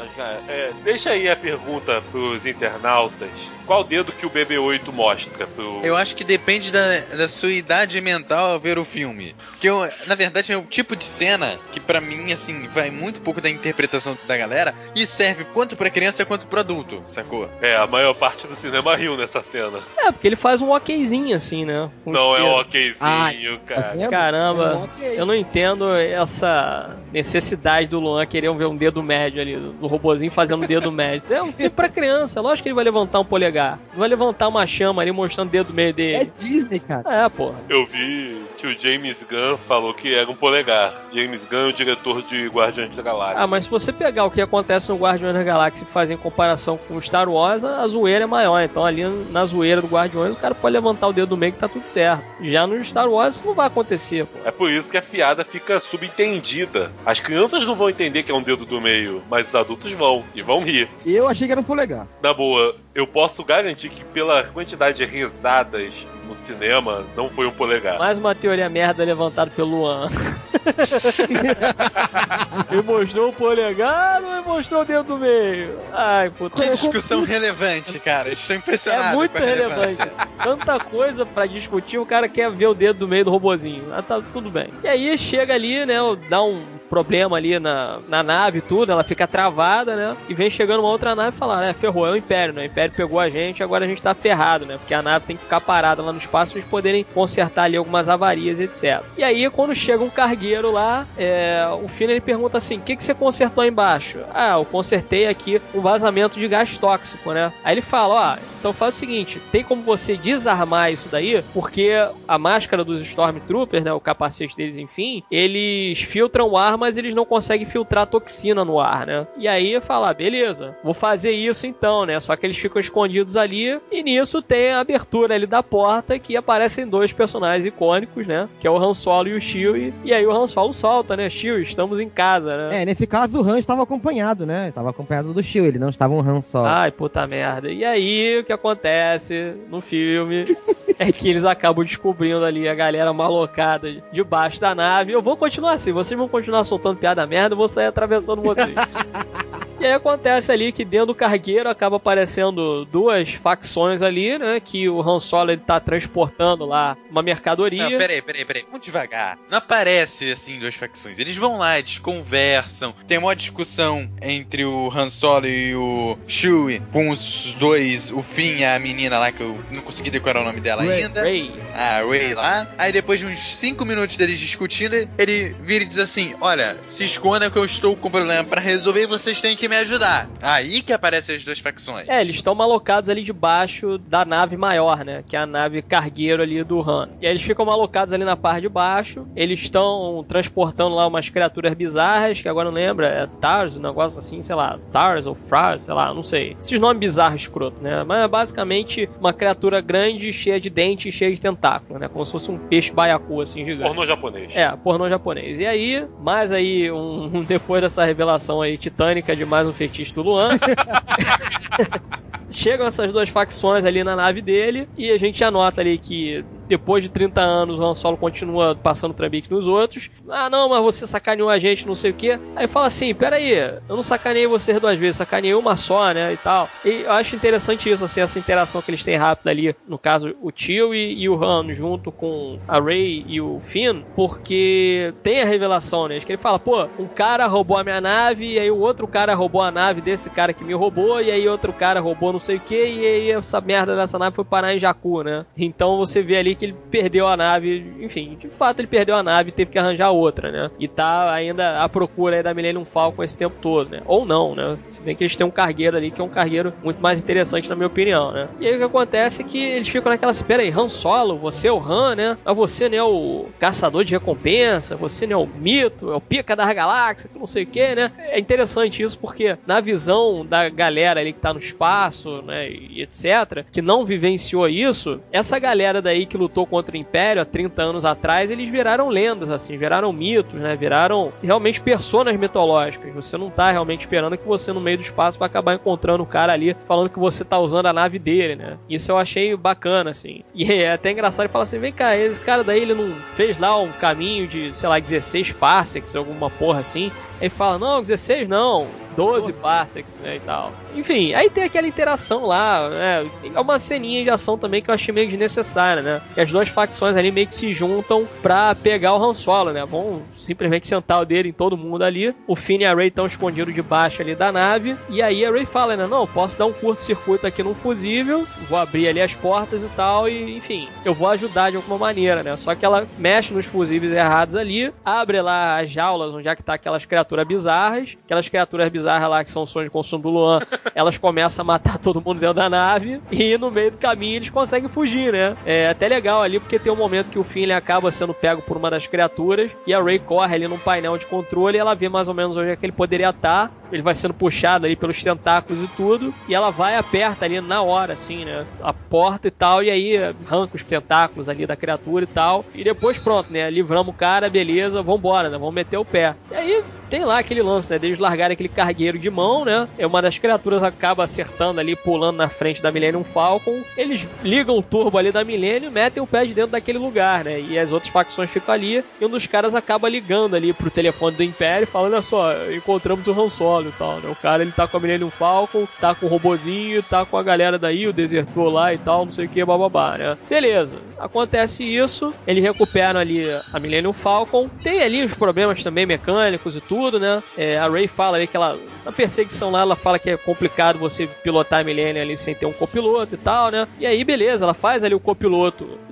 C: deixa aí a pergunta pros internautas. Qual dedo que o BB-8 mostra pro...
B: Eu acho que depende da sua idade mental ao ver o filme. Porque, na verdade, é um tipo de cena que, pra mim, assim, vai muito pouco da interpretação da galera e serve tanto pra criança quanto pro adulto, sacou?
C: A maior parte do cinema riu nessa cena.
A: Porque ele faz um okzinho, assim, né?
C: Não é um okzinho, cara.
A: Caramba, eu não entendo essa necessidade do Luan querer ver um dedo médio ali, do robozinho fazendo um dedo médio. É um filme pra criança, lógico que ele vai levantar um polegar. Vai levantar uma chama ali mostrando o dedo meio dele.
E: É Disney, cara.
A: Porra.
C: Eu vi que o James Gunn falou que era um polegar. James Gunn é o diretor de Guardiões da Galáxia.
A: Mas se você pegar o que acontece no Guardiões da Galáxia e fazer em comparação com o Star Wars, a zoeira é maior. Então ali na zoeira do Guardiões, o cara pode levantar o dedo do meio que tá tudo certo. Já no Star Wars isso não vai acontecer, pô.
C: É por isso que a piada fica subentendida. As crianças não vão entender que é um dedo do meio, mas os adultos vão. E vão rir.
E: Eu achei que era um polegar.
C: Na boa, eu posso garantir que pela quantidade de risadas no cinema, não foi um polegar.
A: Mais uma teoria merda levantada pelo Luan. Ele mostrou o polegar ou ele mostrou o dedo do meio? Ai, puta.
B: Que discussão relevante, cara. Estou impressionado.
A: É muito
B: com a
A: relevante. Tanta coisa pra discutir, o cara quer ver o dedo do meio do robozinho. Tá tudo bem. E aí chega ali, né, dá um problema ali na nave e tudo, ela fica travada, né, e vem chegando uma outra nave e fala, ferrou, é o Império, né, o Império pegou a gente, agora a gente tá ferrado, né, porque a nave tem que ficar parada lá no espaço pra eles poderem consertar ali algumas avarias, etc. E aí, quando chega um cargueiro lá, o Finn, ele pergunta assim, o que você consertou aí embaixo? Eu consertei aqui um vazamento de gás tóxico, né. Aí ele fala, então faz o seguinte, tem como você desarmar isso daí, porque a máscara dos Stormtroopers, né, o capacete deles, enfim, eles filtram o ar mas eles não conseguem filtrar a toxina no ar, né? E aí fala, beleza, vou fazer isso então, né? Só que eles ficam escondidos ali e nisso tem a abertura ali da porta que aparecem dois personagens icônicos, né? Que é o Han Solo e o Chewie. E aí o Han Solo solta, né? Chewie, estamos em casa, né?
E: Nesse caso o Han estava acompanhado, né? Estava acompanhado do Chewie, ele não estava um Han Solo.
A: Ai, puta merda. E aí o que acontece no filme é que eles acabam descobrindo ali a galera malocada debaixo da nave. Eu vou continuar assim, vocês vão continuar soltando piada merda, eu vou sair atravessando vocês. E aí acontece ali que dentro do cargueiro acaba aparecendo duas facções ali, né? Que o Han Solo ele tá transportando lá uma mercadoria.
B: Não, peraí. Vamos devagar. Não aparece assim duas facções. Eles vão lá, eles conversam. Tem uma discussão entre o Han Solo e o Chewie com os dois, o Finn e a menina lá que eu não consegui decorar o nome dela ainda.
A: Rey.
B: A Rey lá. Aí depois de uns 5 minutos deles discutindo, ele vira e diz assim: olha, se esconda que eu estou com problema pra resolver e vocês têm que me ajudar. Aí que aparecem as duas facções.
A: Eles estão malocados ali debaixo da nave maior, né? Que é a nave cargueiro ali do Han. E aí eles ficam malocados ali na parte de baixo. Eles estão transportando lá umas criaturas bizarras, que agora não lembro, é Tars, um negócio assim, sei lá, Tars ou Fras, sei lá, não sei. Esses nomes bizarros escroto, né? Mas é basicamente uma criatura grande, cheia de dentes e cheia de tentáculos, né? Como se fosse um peixe baiacu, assim, gigante.
C: Pornô japonês.
A: Pornô japonês. E aí, mais aí, depois dessa revelação aí titânica de mais um fetiche do Luan, chegam essas duas facções ali na nave dele e a gente anota ali que depois de 30 anos o Han Solo continua passando trambique nos outros. Ah, não, mas você sacaneou a gente, não sei o que. Aí fala assim, peraí, eu não sacaneei vocês duas vezes, sacaneei uma só, né, e tal. E eu acho interessante isso, assim, essa interação que eles têm rápida ali, no caso, o Chewie e o Han junto com a Rey e o Finn, porque tem a revelação, né, que ele fala, pô, um cara roubou a minha nave, e aí o outro cara roubou a nave desse cara que me roubou, e aí outro cara roubou não sei o que, e aí essa merda dessa nave foi parar em Jakku, né. Então você vê ali que ele perdeu a nave, enfim, de fato ele perdeu a nave e teve que arranjar outra, né? E tá ainda à procura aí da Millennium Falcon esse tempo todo, né? Ou não, né? Se bem que eles têm um cargueiro ali que é um cargueiro muito mais interessante na minha opinião, né? E aí o que acontece é que eles ficam naquela, espera aí, Han Solo, você é o Han, né? Mas você não é o caçador de recompensa, você não é o mito, é o pica da galáxia, que não sei o que, né? É interessante isso porque na visão da galera ali que tá no espaço, né, e etc, que não vivenciou isso, essa galera daí que lutou contra o Império há 30 anos atrás, eles viraram lendas, assim, viraram mitos, né, viraram realmente personas mitológicas. Você não tá realmente esperando que você no meio do espaço vai acabar encontrando o cara ali falando que você tá usando a nave dele, né. Isso eu achei bacana, assim. E é até engraçado ele falar assim, vem cá, esse cara daí ele não fez lá um caminho de, sei lá, 16 parsecs, alguma porra assim. Aí fala, não, 16 não, 12 parsecs, né, e tal. Enfim, aí tem aquela interação lá, né, é uma ceninha de ação também que eu achei meio desnecessária, né, que as duas facções ali meio que se juntam pra pegar o Han Solo, né, vão simplesmente sentar o dedo em todo mundo ali, o Finn e a Rey estão escondidos debaixo ali da nave, e aí a Rey fala, né, não, posso dar um curto-circuito aqui num fusível, vou abrir ali as portas e tal, e enfim, eu vou ajudar de alguma maneira, né, só que ela mexe nos fusíveis errados ali, abre lá as jaulas onde é que tá aquelas criaturas bizarras, aquelas criaturas bizarras lá que são sonhos de consumo do Luan, elas começam a matar todo mundo dentro da nave e no meio do caminho eles conseguem fugir, né? É até legal ali porque tem um momento que o Finn ele acaba sendo pego por uma das criaturas e a Rey corre ali num painel de controle e ela vê mais ou menos onde é que ele poderia estar. Ele vai sendo puxado ali pelos tentáculos e tudo e ela vai e aperta ali na hora, assim, né? A porta e tal, e aí arranca os tentáculos ali da criatura e tal. E depois pronto, né? Livramos o cara, beleza, vambora, né? Vamos meter o pé. E aí tem lá aquele lance, né? Deles largarem aquele cargueiro de mão, né? Uma das criaturas acaba acertando ali, pulando na frente da Millennium Falcon. Eles ligam o turbo ali da Millennium e metem o pé de dentro daquele lugar, né? E as outras facções ficam ali. E um dos caras acaba ligando ali pro telefone do Império, falando, olha só, encontramos o Han Solo e tal, né? O cara, ele tá com a Millennium Falcon, tá com o robozinho, tá com a galera daí, o desertor lá e tal, não sei o que, bababá, né? Beleza. Acontece isso, eles recuperam ali a Millennium Falcon. Tem ali os problemas também mecânicos e tudo, né? A Rey fala ali que ela, na perseguição lá, ela fala que é complicado você pilotar a Millennium ali sem ter um copiloto e tal, né? E aí, beleza, ela faz ali o copiloto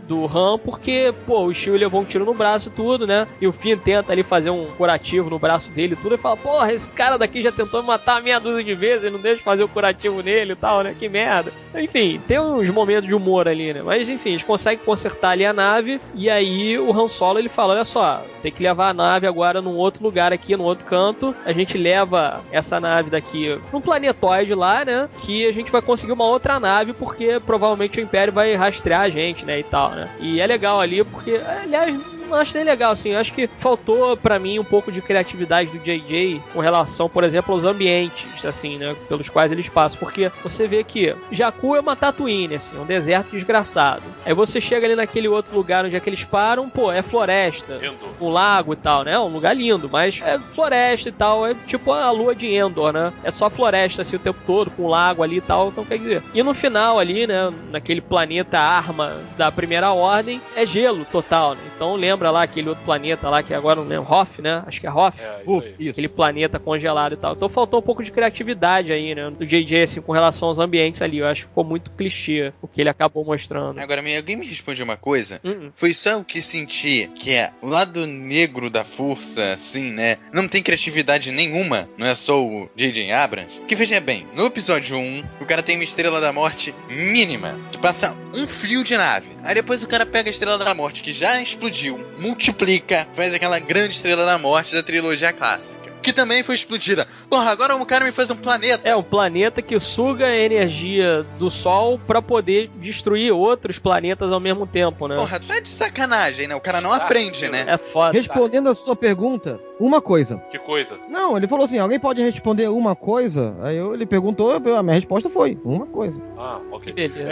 A: do Han, porque, pô, o Chewie levou um tiro no braço e tudo, né? E o Finn tenta ali fazer um curativo no braço dele e tudo, e fala, porra, esse cara daqui já tentou me matar meia dúzia de vezes e não deixa fazer o curativo nele e tal, né? Que merda. Enfim, tem uns momentos de humor ali, né? Mas, enfim, eles conseguem consertar ali a nave, e aí o Han Solo, ele fala, olha só, tem que levar a nave agora num outro lugar aqui, num outro canto, a gente leva essa nave daqui num planetóide lá, né? Que a gente vai conseguir uma outra nave, porque provavelmente o Império vai rastrear a gente, né? E tal, né? E é legal ali, porque, aliás, não acho nem legal, assim, eu acho que faltou pra mim um pouco de criatividade do JJ com relação, por exemplo, aos ambientes, assim, né, pelos quais eles passam, porque você vê que Jakku é uma Tatooine, assim, um deserto desgraçado. Aí você chega ali naquele outro lugar onde é que eles param, pô, é floresta, um lago e tal, né, é um lugar lindo, mas é floresta e tal, é tipo a lua de Endor, né, é só floresta, assim, o tempo todo, com o lago ali e tal, então quer dizer, e no final ali, né, naquele planeta arma da Primeira Ordem, é gelo total, né, então lembra lá aquele outro planeta lá, que agora não lembro, Hoth, né? Acho que é Hoth.
C: Isso.
A: Aquele planeta congelado e tal. Então faltou um pouco de criatividade aí, né? Do JJ, assim, com relação aos ambientes ali. Eu acho que ficou muito clichê o que ele acabou mostrando.
B: Agora, alguém me responde uma coisa? Foi só o que senti, que é o lado negro da força, assim, né? Não tem criatividade nenhuma. Não é só o J.J. Abrams. Que veja bem, no episódio 1, o cara tem uma Estrela da Morte mínima, que passa um fio de nave. Aí depois o cara pega a Estrela da Morte, que já explodiu, multiplica, faz aquela grande Estrela da Morte da trilogia clássica, que também foi explodida. Porra, agora o cara me faz um planeta.
A: É, um planeta que suga a energia do Sol pra poder destruir outros planetas ao mesmo tempo, né?
B: Porra, tá de sacanagem, né? O cara não aprende, né?
A: É foda.
E: Respondendo a sua pergunta, uma coisa.
C: Que coisa?
E: Não, ele falou assim, alguém pode responder uma coisa? Aí ele perguntou, a minha resposta foi, uma coisa.
C: Ah, ok.
A: Beleza.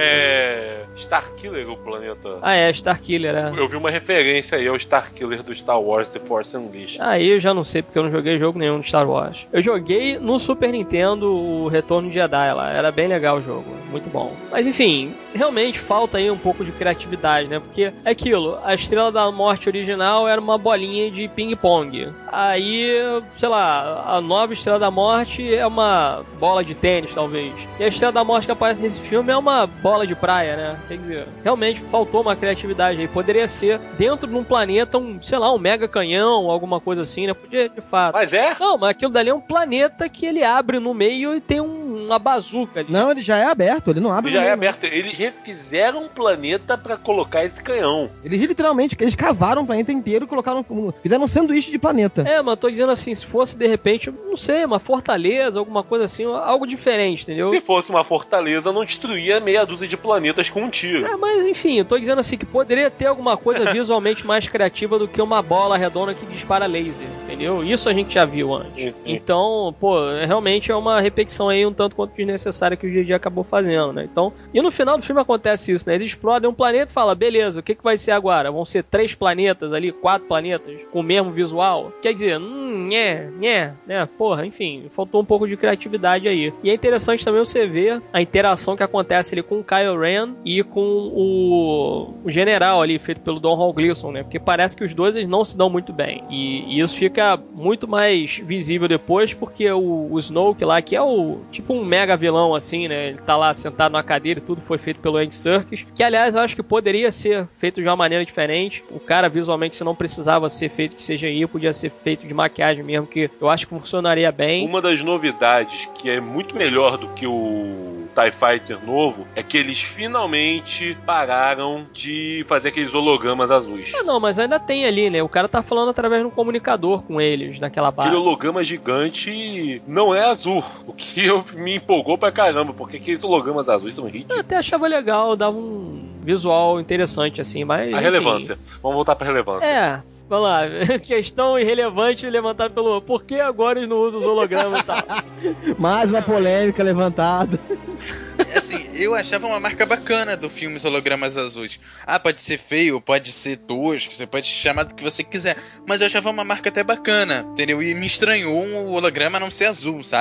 C: Starkiller, o planeta.
A: Ah, é, Starkiller, é.
C: Eu vi uma referência aí ao Starkiller do Star Wars The Force Unleashed.
A: Aí eu já não sei, porque eu não joguei jogo nenhum de Star Wars. Eu joguei no Super Nintendo o Retorno de Jedi lá. Era bem legal o jogo, muito bom. Mas enfim, realmente falta aí um pouco de criatividade, né? Porque é aquilo, a Estrela da Morte original era uma bolinha de ping-pong. Aí, sei lá, a nova Estrela da Morte é uma bola de tênis, talvez. E a Estrela da Morte que aparece nesse filme é uma bola de praia, né? Quer dizer, realmente faltou uma criatividade aí. Poderia ser dentro de um planeta, sei lá, um mega canhão, alguma coisa assim, né? Podia, de fato.
C: Mas é?
A: Não, mas aquilo dali é um planeta que ele abre no meio e tem uma bazuca ali.
E: Não, ele já é aberto, ele não abre.
C: Já
E: no
C: é
E: meio,
C: aberto. Eles refizeram um planeta pra colocar esse canhão.
E: Eles literalmente, eles cavaram o planeta inteiro e colocaram, fizeram um sanduíche de planeta.
A: É, mas eu tô dizendo assim, se fosse de repente, não sei, uma fortaleza, alguma coisa assim, algo diferente, entendeu?
C: Se fosse uma fortaleza, não destruía meia dúzia de planetas com um tiro.
A: É, mas enfim, eu tô dizendo assim que poderia ter alguma coisa visualmente mais criativa do que uma bola redonda que dispara laser, entendeu? Isso a gente já viu antes.
C: Isso.
A: Então, pô, realmente é uma repetição aí um tanto quanto desnecessária que o GG acabou fazendo, né? Então, e no final do filme acontece isso, né? Eles explodem um planeta e falam, beleza, o que vai ser agora? Vão ser 3 planetas ali, 4 planetas com o mesmo visual? Quer dizer, né? Porra, enfim, faltou um pouco de criatividade aí. E é interessante também você ver a interação que acontece ali com o Kylo Ren e com o general ali, feito pelo Domhnall Gleeson, né? Porque parece que os dois eles não se dão muito bem. E isso fica muito mais visível depois, porque o Snoke lá, que é o tipo um mega vilão assim, né? Ele tá lá sentado na cadeira e tudo foi feito pelo Andy Serkis, que aliás eu acho que poderia ser feito de uma maneira diferente. O cara visualmente, se não precisava ser feito de CGI, podia ser feito de maquiagem mesmo, que eu acho que funcionaria bem.
C: Uma das novidades que é muito melhor do que o TIE Fighter novo é que eles finalmente pararam de fazer aqueles hologramas azuis.
A: Ah, não, mas ainda tem ali, né? O cara tá falando através de um comunicador com eles naquela base.
C: Aquele holograma gigante não é azul, o que me empolgou pra caramba, porque aqueles hologramas azuis são ridículos.
A: Eu até achava legal, dava um visual interessante assim, mas...
C: A relevância. Vamos voltar pra relevância.
A: É... Vamos lá, questão irrelevante levantada pelo... Por que agora eles não usam os hologramas e tal?
E: Mais uma polêmica levantada.
B: Assim, eu achava uma marca bacana do filme Os Hologramas Azuis. Ah, pode ser feio, pode ser tosco, você pode chamar do que você quiser, mas eu achava uma marca até bacana, entendeu? E me estranhou o holograma não ser azul, sabe?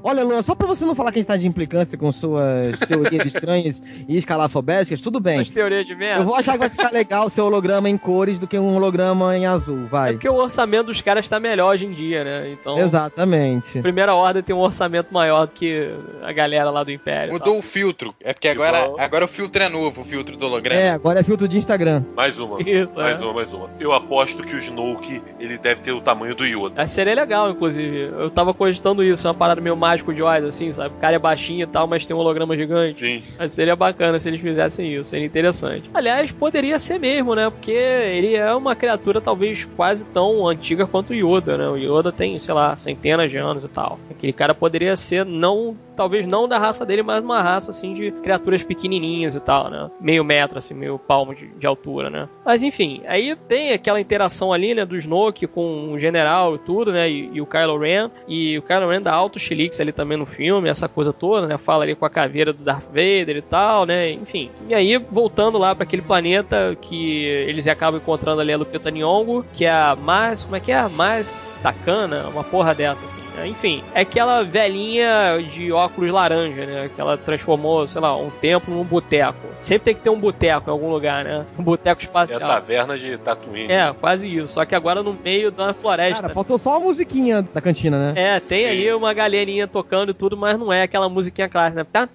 E: Olha, Luan, só pra você não falar que a gente tá de implicância com suas teorias estranhas e escalafobéticas, tudo bem.
A: As teorias de merda.
E: Eu vou achar que vai ficar legal o seu holograma em cores do que um holograma em azul, vai.
A: É porque o orçamento dos caras tá melhor hoje em dia, né? Então,
E: Exatamente.
A: a Primeira Ordem tem um orçamento maior do que a galera lá do Império.
B: Mudou o filtro. É porque agora o filtro é novo, o filtro do holograma.
E: É, agora é filtro de Instagram.
C: Mais uma.
A: Isso,
C: mais uma. Eu aposto que o Snoke, ele deve ter o tamanho do Yoda.
A: Seria legal, inclusive. Eu tava cogitando isso, uma parada meio mágico de Oz, assim, sabe? O cara é baixinho e tal, mas tem um holograma gigante.
C: Sim.
A: Mas seria bacana se eles fizessem isso, seria interessante. Aliás, poderia ser mesmo, né? Porque ele é uma criatura talvez quase tão antiga quanto o Yoda, né? O Yoda tem, sei lá, centenas de anos e tal. Aquele cara poderia ser talvez não da raça dele, mas uma raça, assim, de criaturas pequenininhas e tal, né? Meio metro, assim, meio palmo de altura, né? Mas, enfim, aí tem aquela interação ali, né, do Snoke com o general e tudo, né? E o Kylo Ren. E o Kylo Ren dá alto xilix ali também no filme, essa coisa toda, né? Fala ali com a caveira do Darth Vader e tal, né? Enfim. E aí, voltando lá para aquele planeta que eles acabam encontrando ali a Lupita Nyong'o, que é a mais... Como é que é? A mais Takana, uma porra dessa, assim. Enfim, é aquela velhinha de óculos laranja, né? Que ela transformou, sei lá, um templo num boteco. Sempre tem que ter um boteco em algum lugar, né? Um boteco espacial.
C: É a taverna de Tatooine.
A: É, quase isso. Só que agora no meio de uma floresta.
E: Cara, faltou só a musiquinha da cantina, né?
A: É, tem
C: Sim.
A: aí uma galerinha tocando e tudo, mas não é aquela musiquinha clássica, né?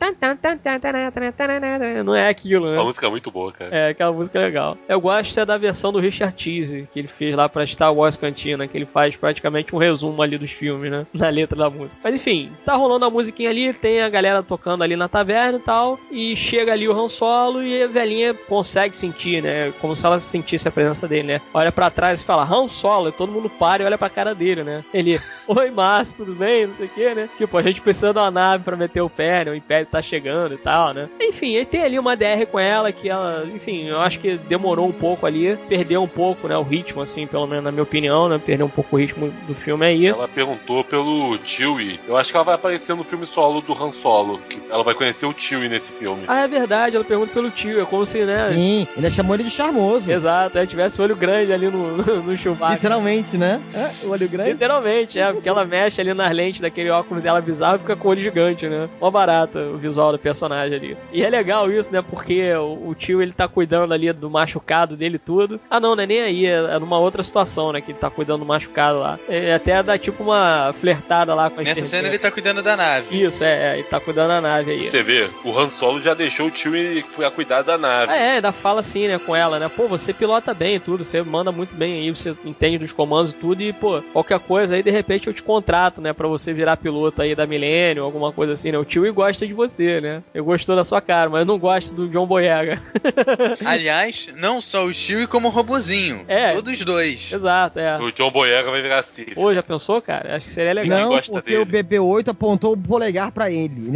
A: Não é aquilo, né?
C: Uma música muito boa, cara.
A: É, aquela música legal. Eu gosto da versão do Richard Cheese, que ele fez lá pra Star Wars Cantina, que ele faz praticamente um resumo ali dos filmes, né? Na letra da música. Mas enfim, tá rolando a musiquinha ali, tem a galera tocando ali na taverna e tal, e chega ali o Han Solo e a velhinha consegue sentir, né? Como se ela sentisse a presença dele, né? Olha pra trás e fala, Han Solo, e todo mundo para e olha pra cara dele, né? Ele, oi Márcio, tudo bem? Não sei o que, né? Tipo, a gente precisa de uma nave pra meter o pé, né? O Império tá chegando e tal, né? Enfim, aí tem ali uma DR com ela que ela, enfim, eu acho que demorou um pouco ali, perdeu um pouco, né? O ritmo, assim, pelo menos na minha opinião, né? Perdeu um pouco o ritmo do filme aí.
C: Ela perguntou pelo Chewie. Eu acho que ela vai aparecer no filme solo do Han Solo. Que ela vai conhecer o Chewie nesse filme.
A: Ah, é verdade, ela pergunta pelo tio, é como se, né?
E: Sim, ainda chamou ele de charmoso.
A: Exato, tivesse olho grande ali no churrasco.
E: Literalmente, né? É, o olho grande.
A: Literalmente, porque ela mexe ali nas lentes daquele óculos dela bizarro e fica com o olho gigante, né? Mó barata o visual do personagem ali. E é legal isso, né? Porque o tio, ele tá cuidando ali do machucado dele e tudo. Ah, não é nem aí, é numa outra situação, né? Que ele tá cuidando do machucado lá. Ele até dá tipo uma flertada lá com a
B: Nessa cena ele tá cuidando da nave.
A: Isso, ele tá cuidando da nave aí.
C: Você vê, o Han Solo já deixou o Chewie a cuidar da nave.
A: Ainda fala assim, né, com ela, né? Pô, você pilota bem e tudo, você manda muito bem aí, você entende dos comandos e tudo, e, pô, qualquer coisa aí, de repente eu te contrato, né, pra você virar piloto aí da Millennium, alguma coisa assim, né? O tio gosta de você, né? Eu gostou da sua cara, mas eu não gosto do John Boyega.
B: Aliás, não só o Chewie como o robozinho. Todos os dois.
A: Exato,
C: O John Boyega vai virar Sith.
A: Pô, já pensou, cara? Acho que seria legal.
E: Não,
C: gosta
E: porque
C: dele.
E: o BB-8 apontou o polegar pra ele.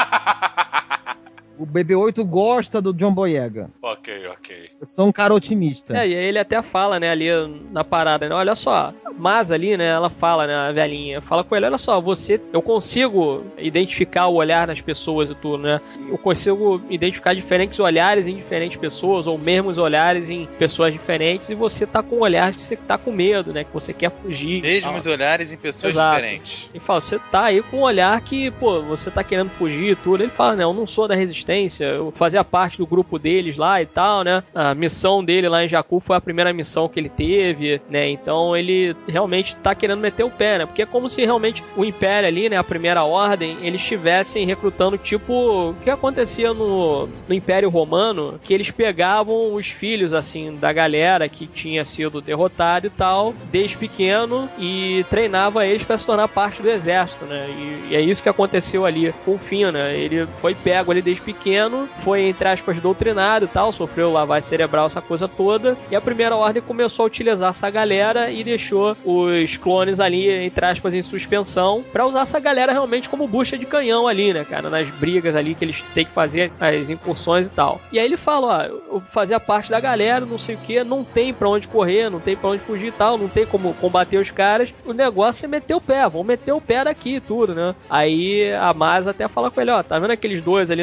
E: O BB-8 gosta do John Boyega.
C: Ok.
E: Eu sou um cara otimista.
A: E aí ele até fala, né, ali na parada, né, olha só, mas ali, né, ela fala, né, a velhinha, fala com ele, olha só, eu consigo identificar o olhar nas pessoas e tudo, né, eu consigo identificar diferentes olhares em diferentes pessoas, ou mesmos olhares em pessoas diferentes, e você tá com um olhar que você tá com medo, né, que você quer fugir.
B: Mesmos olhares em pessoas diferentes.
A: Ele fala, você tá aí com um olhar que, pô, você tá querendo fugir e tudo. Ele fala, né, eu não sou da resistência, eu fazia parte do grupo deles lá e tal, né, a missão dele lá em Jakku foi a primeira missão que ele teve, né, então ele realmente tá querendo meter o pé, né, porque é como se realmente o Império ali, né, a Primeira Ordem, eles estivessem recrutando tipo o que acontecia no Império Romano, que eles pegavam os filhos, assim, da galera que tinha sido derrotada e tal, desde pequeno, e treinava eles para se tornar parte do exército, né, e é isso que aconteceu ali com o Finn, né, ele foi pego ali desde pequeno, foi, entre aspas, doutrinado e tal, sofreu lavagem cerebral, essa coisa toda, e a Primeira Ordem começou a utilizar essa galera e deixou os clones ali, entre aspas, em suspensão, pra usar essa galera realmente como bucha de canhão ali, né, cara, nas brigas ali que eles têm que fazer, as incursões e tal. E aí ele fala, ó, eu fazia parte da galera, não sei o que, não tem pra onde correr, não tem pra onde fugir e tal, não tem como combater os caras, o negócio é meter o pé, vamos meter o pé daqui e tudo, né. Aí a Maz até fala com ele, ó, tá vendo aqueles dois ali na outra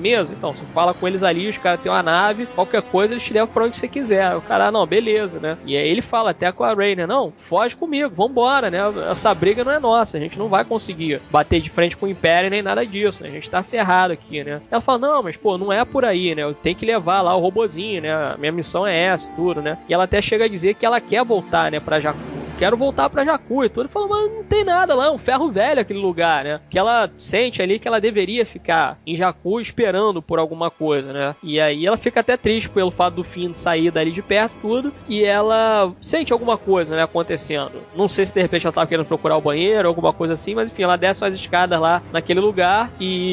A: mesa? Então, você fala com eles ali, os caras têm uma nave, qualquer coisa eles te levam pra onde você quiser. O cara, não, beleza, né? E aí ele fala até com a Rey, né? Não, foge comigo, vambora, né? Essa briga não é nossa, a gente não vai conseguir bater de frente com o Império nem nada disso, né? A gente tá ferrado aqui, né? Ela fala, não, mas pô, não é por aí, né? Eu tenho que levar lá o robozinho, né? A minha missão é essa, tudo, né? E ela até chega a dizer que ela quer voltar, né, pra Jakku. Quero voltar pra Jakku e tudo. Ele falou, mas não tem nada lá, é um ferro velho aquele lugar, né? Que ela sente ali que ela deveria ficar em Jakku esperando por alguma coisa, né? E aí ela fica até triste pelo fato do Finn sair dali de perto tudo. E ela sente alguma coisa, né, acontecendo. Não sei se de repente ela tava querendo procurar o banheiro, alguma coisa assim, mas enfim, ela desce umas escadas lá naquele lugar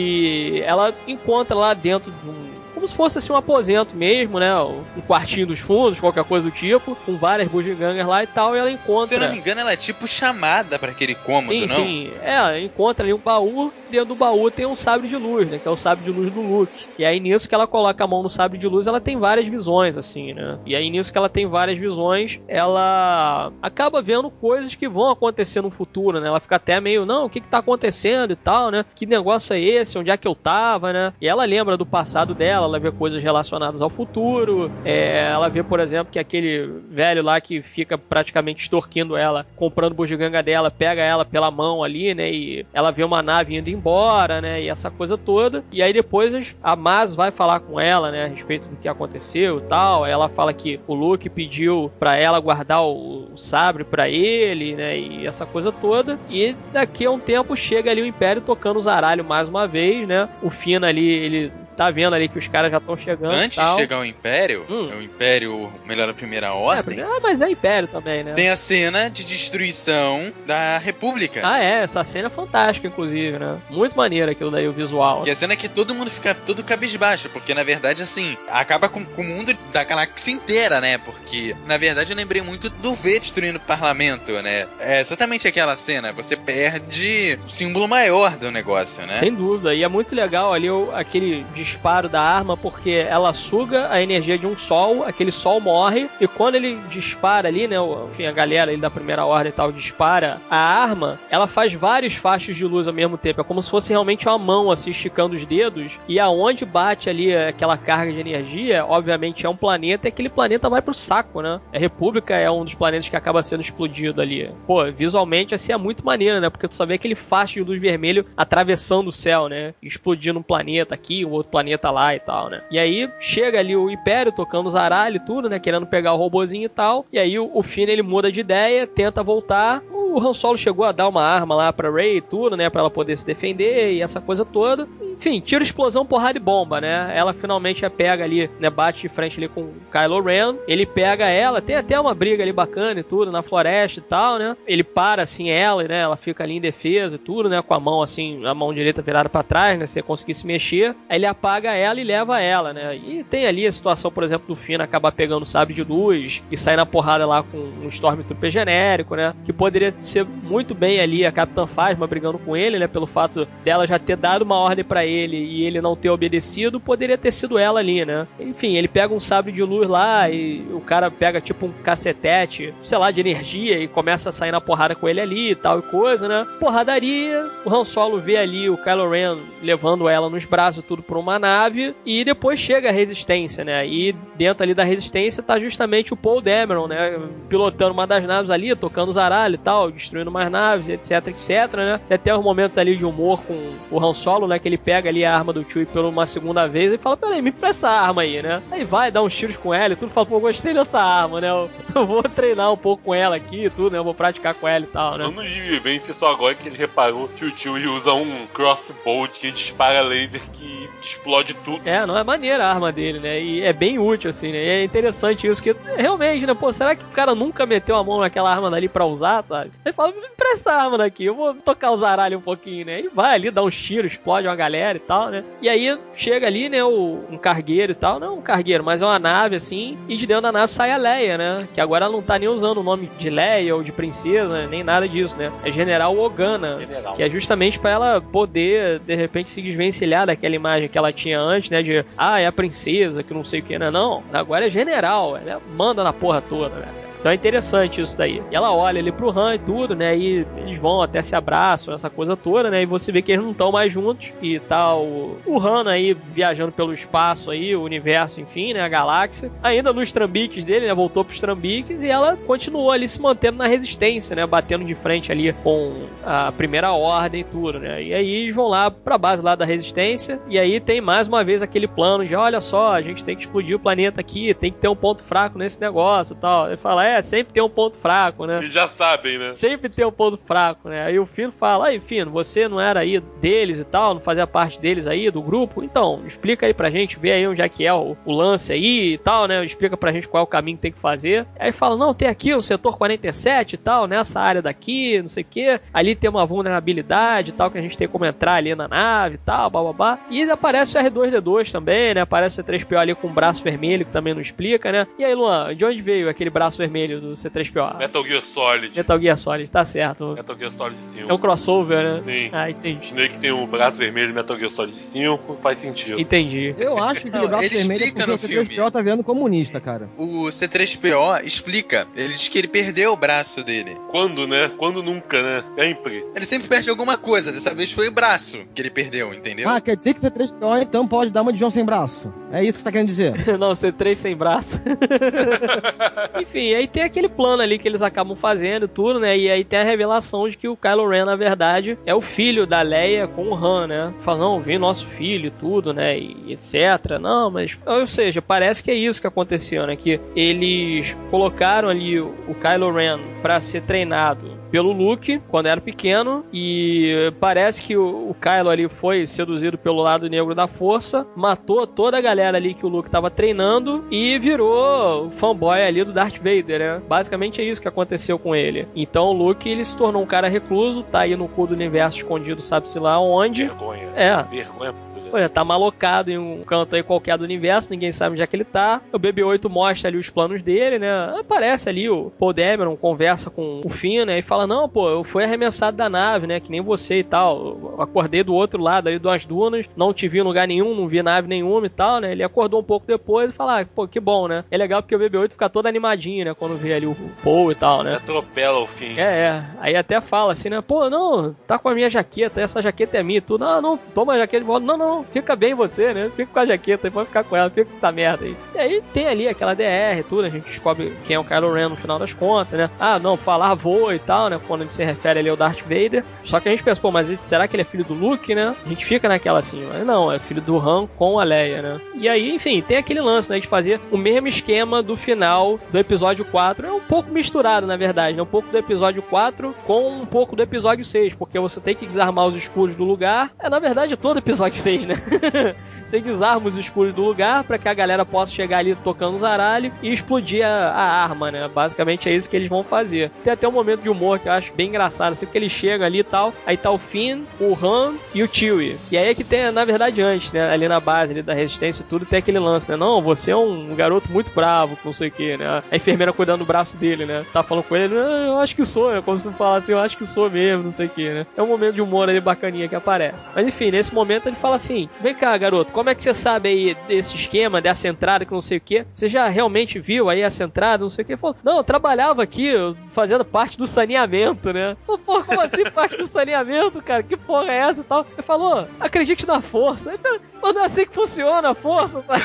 A: e ela encontra lá dentro de como se fosse assim um aposento mesmo, né? Um quartinho dos fundos, qualquer coisa do tipo, com várias bugigangas lá e tal, e ela encontra...
B: Se eu não me engano, ela é tipo chamada pra aquele cômodo,
A: sim,
B: não?
A: Sim, ela encontra ali um baú, dentro do baú tem um sabre de luz, né? Que é o sabre de luz do Luke. E aí nisso que ela coloca a mão no sabre de luz, ela tem várias visões, assim, né? E aí nisso que ela tem várias visões, ela acaba vendo coisas que vão acontecer no futuro, né? Ela fica até meio, não, o que tá acontecendo e tal, né? Que negócio é esse? Onde é que eu tava, né? E ela lembra do passado dela, ela vê coisas relacionadas ao futuro, ela vê, por exemplo, que aquele velho lá que fica praticamente extorquindo ela, comprando bugiganga dela, pega ela pela mão ali, né, e ela vê uma nave indo embora, né, e essa coisa toda, e aí depois a Maz vai falar com ela, né, a respeito do que aconteceu e tal, ela fala que o Luke pediu pra ela guardar o sabre pra ele, né, e essa coisa toda, e daqui a um tempo chega ali o Império tocando o zaralho mais uma vez, né, o Finn ali, ele tá vendo ali que os caras já estão chegando.
B: Antes de chegar o Império, é o Império, melhor, a Primeira Ordem.
A: Mas é Império também, né?
B: Tem a cena de destruição da República.
A: Essa cena é fantástica, inclusive, né? Muito maneira aquilo daí, o visual.
B: Que é a cena que todo mundo fica todo cabisbaixo, porque na verdade, assim, acaba com o mundo da galáxia inteira, né? Porque, na verdade, eu lembrei muito do V destruindo o parlamento, né? É exatamente aquela cena, você perde o símbolo maior do negócio, né?
A: Sem dúvida, e é muito legal ali aquele disparo da arma, porque ela suga a energia de um sol, aquele sol morre, e quando ele dispara ali, né, enfim, a galera ali da Primeira Ordem e tal, dispara a arma, ela faz vários fachos de luz ao mesmo tempo, é como se fosse realmente uma mão, assim, esticando os dedos, e aonde bate ali aquela carga de energia, obviamente é um planeta, e aquele planeta vai pro saco, né? A República é um dos planetas que acaba sendo explodido ali. Pô, visualmente, assim, é muito maneiro, né? Porque tu só vê aquele facho de luz vermelho atravessando o céu, né? Explodindo um planeta aqui, um outro planeta lá e tal, né? E aí chega ali o Império tocando os zaralho e tudo, né? Querendo pegar o robozinho e tal. E aí o Finn, ele muda de ideia, tenta voltar. O Han Solo chegou a dar uma arma lá pra Rey e tudo, né? Pra ela poder se defender e essa coisa toda. Enfim, tiro, explosão, porrada e bomba, né? Ela finalmente a pega ali, né? Bate de frente ali com o Kylo Ren. Ele pega ela, tem até uma briga ali bacana e tudo, na floresta e tal, né? Ele para, assim, ela, né? Ela fica ali em defesa e tudo, né? Com a mão, assim, a mão direita virada pra trás, né? Se conseguir se mexer. Aí ele apaga ela e leva ela, né? E tem ali a situação, por exemplo, do Finn acabar pegando o sabre de luz e sair na porrada lá com um Stormtrooper genérico, né? Que poderia ser muito bem ali a Capitã Phasma brigando com ele, né? Pelo fato dela já ter dado uma ordem pra ele e ele não ter obedecido, poderia ter sido ela ali, né? Enfim, ele pega um sabre de luz lá e o cara pega tipo um cacetete, sei lá, de energia e começa a sair na porrada com ele ali e tal e coisa, né? Porradaria, o Han Solo vê ali o Kylo Ren levando ela nos braços tudo por uma nave e depois chega a Resistência, né? E dentro ali da Resistência tá justamente o Paul Dameron, né? Pilotando uma das naves ali, tocando os zaralho e tal, destruindo mais naves, etc, etc, né? Tem até os momentos ali de humor com o Han Solo, né? Que ele pega ali a arma do Chewie pela uma segunda vez e fala, peraí, me empresta a arma aí, né? Aí vai, dá uns tiros com ela e tudo, fala, pô, gostei dessa arma, né? Eu vou treinar um pouco com ela aqui e tudo, né? Eu vou praticar com ela e tal, né?
C: Anos de vivência só agora que ele reparou que o Chewie usa um crossbow que dispara laser que explode tudo.
A: Não é maneira a arma dele, né? E é bem útil, assim, né? E é interessante isso, que realmente, né? Pô, será que o cara nunca meteu a mão naquela arma dali pra usar, sabe? Ele fala, me empresta a arma daqui, eu vou tocar o zaralho um pouquinho, né? E vai ali, dá uns tiros, explode uma galera e tal, né? E aí chega ali, né, um cargueiro e tal, não um cargueiro, mas é uma nave, assim, e de dentro da nave sai a Leia, né? Que agora ela não tá nem usando o nome de Leia ou de princesa, nem nada disso, né? É General Organa, que é justamente pra ela poder, de repente, se desvencilhar daquela imagem que ela tinha antes, né? De, é a princesa, que não sei o que, né? Não, agora é general, ela manda na porra toda, né? Então é interessante isso daí. E ela olha ali pro Han e tudo, né? E eles vão até se abraçam, essa coisa toda, né? E você vê que eles não estão mais juntos. E tá o Han aí viajando pelo espaço aí, o universo, enfim, né? A galáxia. Ainda nos trambiques dele, né? Voltou pros trambiques e ela continuou ali se mantendo na resistência, né? Batendo de frente ali com a primeira ordem e tudo, né? E aí eles vão lá pra base lá da resistência. E aí tem mais uma vez aquele plano de, olha só, a gente tem que explodir o planeta aqui, tem que ter um ponto fraco nesse negócio e tal. Ele fala, sempre tem um ponto fraco, né?
C: Eles já sabem, né?
A: Sempre tem um ponto fraco, né? Aí o Finn fala, aí Finn, você não era aí deles e tal, não fazia parte deles aí, do grupo? Então, explica aí pra gente, vê aí onde é que é o lance aí e tal, né? Explica pra gente qual é o caminho que tem que fazer. Aí fala, não, tem aqui o setor 47 e tal, nessa área daqui, não sei o que, ali tem uma vulnerabilidade e tal, que a gente tem como entrar ali na nave e tal, bababá. E aparece o R2-D2 também, né? Aparece o C3PO ali com o braço vermelho, que também não explica, né? E aí, Luan, de onde veio aquele braço vermelho do C3PO?
C: Metal Gear Solid.
A: Metal Gear Solid, tá certo.
C: Metal Gear Solid 5.
A: É um crossover, né?
C: Sim.
A: Ah, entendi.
C: Snake tem um braço vermelho de Metal Gear Solid 5, faz sentido.
A: Entendi.
E: Eu acho que aquele braço vermelho é porque o C3PO tá vendo comunista, cara.
B: O C3PO explica, ele diz que ele perdeu o braço dele.
C: Quando, né? Quando nunca, né? Sempre.
B: Ele sempre perde alguma coisa, dessa vez foi o braço que ele perdeu, entendeu?
E: Ah, quer dizer que C3PO então pode dar uma de João sem braço? É isso que você tá querendo dizer?
A: Não, C3 sem braço. Enfim, aí tem aquele plano ali que eles acabam fazendo e tudo, né? E aí tem a revelação de que o Kylo Ren, na verdade, é o filho da Leia com o Han, né? Fala, não, vem nosso filho e tudo, né? E etc. Não, mas... Ou seja, parece que é isso que aconteceu, né? Que eles colocaram ali o Kylo Ren pra ser treinado pelo Luke, quando era pequeno, e parece que o Kylo ali foi seduzido pelo lado negro da força, matou toda a galera ali que o Luke tava treinando e virou fanboy ali do Darth Vader, né? Basicamente é isso que aconteceu com ele. Então o Luke, ele se tornou um cara recluso, tá aí no cu do universo escondido, sabe-se lá onde.
C: Vergonha. Vergonha.
A: Tá malocado em um canto aí qualquer do universo, ninguém sabe onde é que ele tá. O BB-8 mostra ali os planos dele, né? Aparece ali o Paul Dameron, conversa com o Finn, né? E fala, não, pô, eu fui arremessado da nave, né? Que nem você e tal. Eu acordei do outro lado ali das dunas, não te vi em lugar nenhum, não vi nave nenhuma e tal, né? Ele acordou um pouco depois e fala, pô, que bom, né? É legal porque o BB-8 fica todo animadinho, né? Quando vê ali o Paul e tal, né?
C: Atropela o Finn.
A: Aí até fala assim, né? Pô, não, tá com a minha jaqueta, essa jaqueta é minha e tudo. Não, toma a jaqueta de volta. Não, fica bem você, né? Fica com a jaqueta, pode ficar com ela, fica com essa merda aí. E aí tem ali aquela DR e tudo, a gente descobre quem é o Kylo Ren no final das contas, né? Ah, não, falar voa e tal, né? Quando ele se refere ali ao Darth Vader. Só que a gente pensa, pô, mas será que ele é filho do Luke, né? A gente fica naquela assim, mas não, é filho do Han com a Leia, né? E aí, enfim, tem aquele lance, né? De fazer o mesmo esquema do final do episódio 4. É um pouco misturado, na verdade, né? Um pouco do episódio 4 com um pouco do episódio 6, porque você tem que desarmar os escudos do lugar. Na verdade, todo episódio 6, né? Você desarma os escudos do lugar pra que a galera possa chegar ali tocando os aralhos e explodir a arma, né? Basicamente é isso que eles vão fazer. Tem até um momento de humor que eu acho bem engraçado, assim, porque eles chegam ali e tal, aí tá o Finn, o Han e o Chewie. E aí é que tem, na verdade, antes, né? Ali na base ali da resistência e tudo, tem aquele lance, né? Não, você é um garoto muito bravo, não sei o que, né? A enfermeira cuidando do braço dele, né? Tá falando com ele, eu acho que sou, né? Como se falar assim, eu acho que sou mesmo, não sei o que, né? É um momento de humor ali bacaninha que aparece. Mas enfim, nesse momento ele fala assim, vem cá, garoto, como é que você sabe aí desse esquema, dessa entrada que não sei o que? Você já realmente viu aí essa entrada, não sei o que? Ele falou, não, eu trabalhava aqui fazendo parte do saneamento, né? Pô, como assim parte do saneamento, cara? Que porra é essa e tal? Ele falou, acredite na força. Mas não é assim que funciona a força, tá?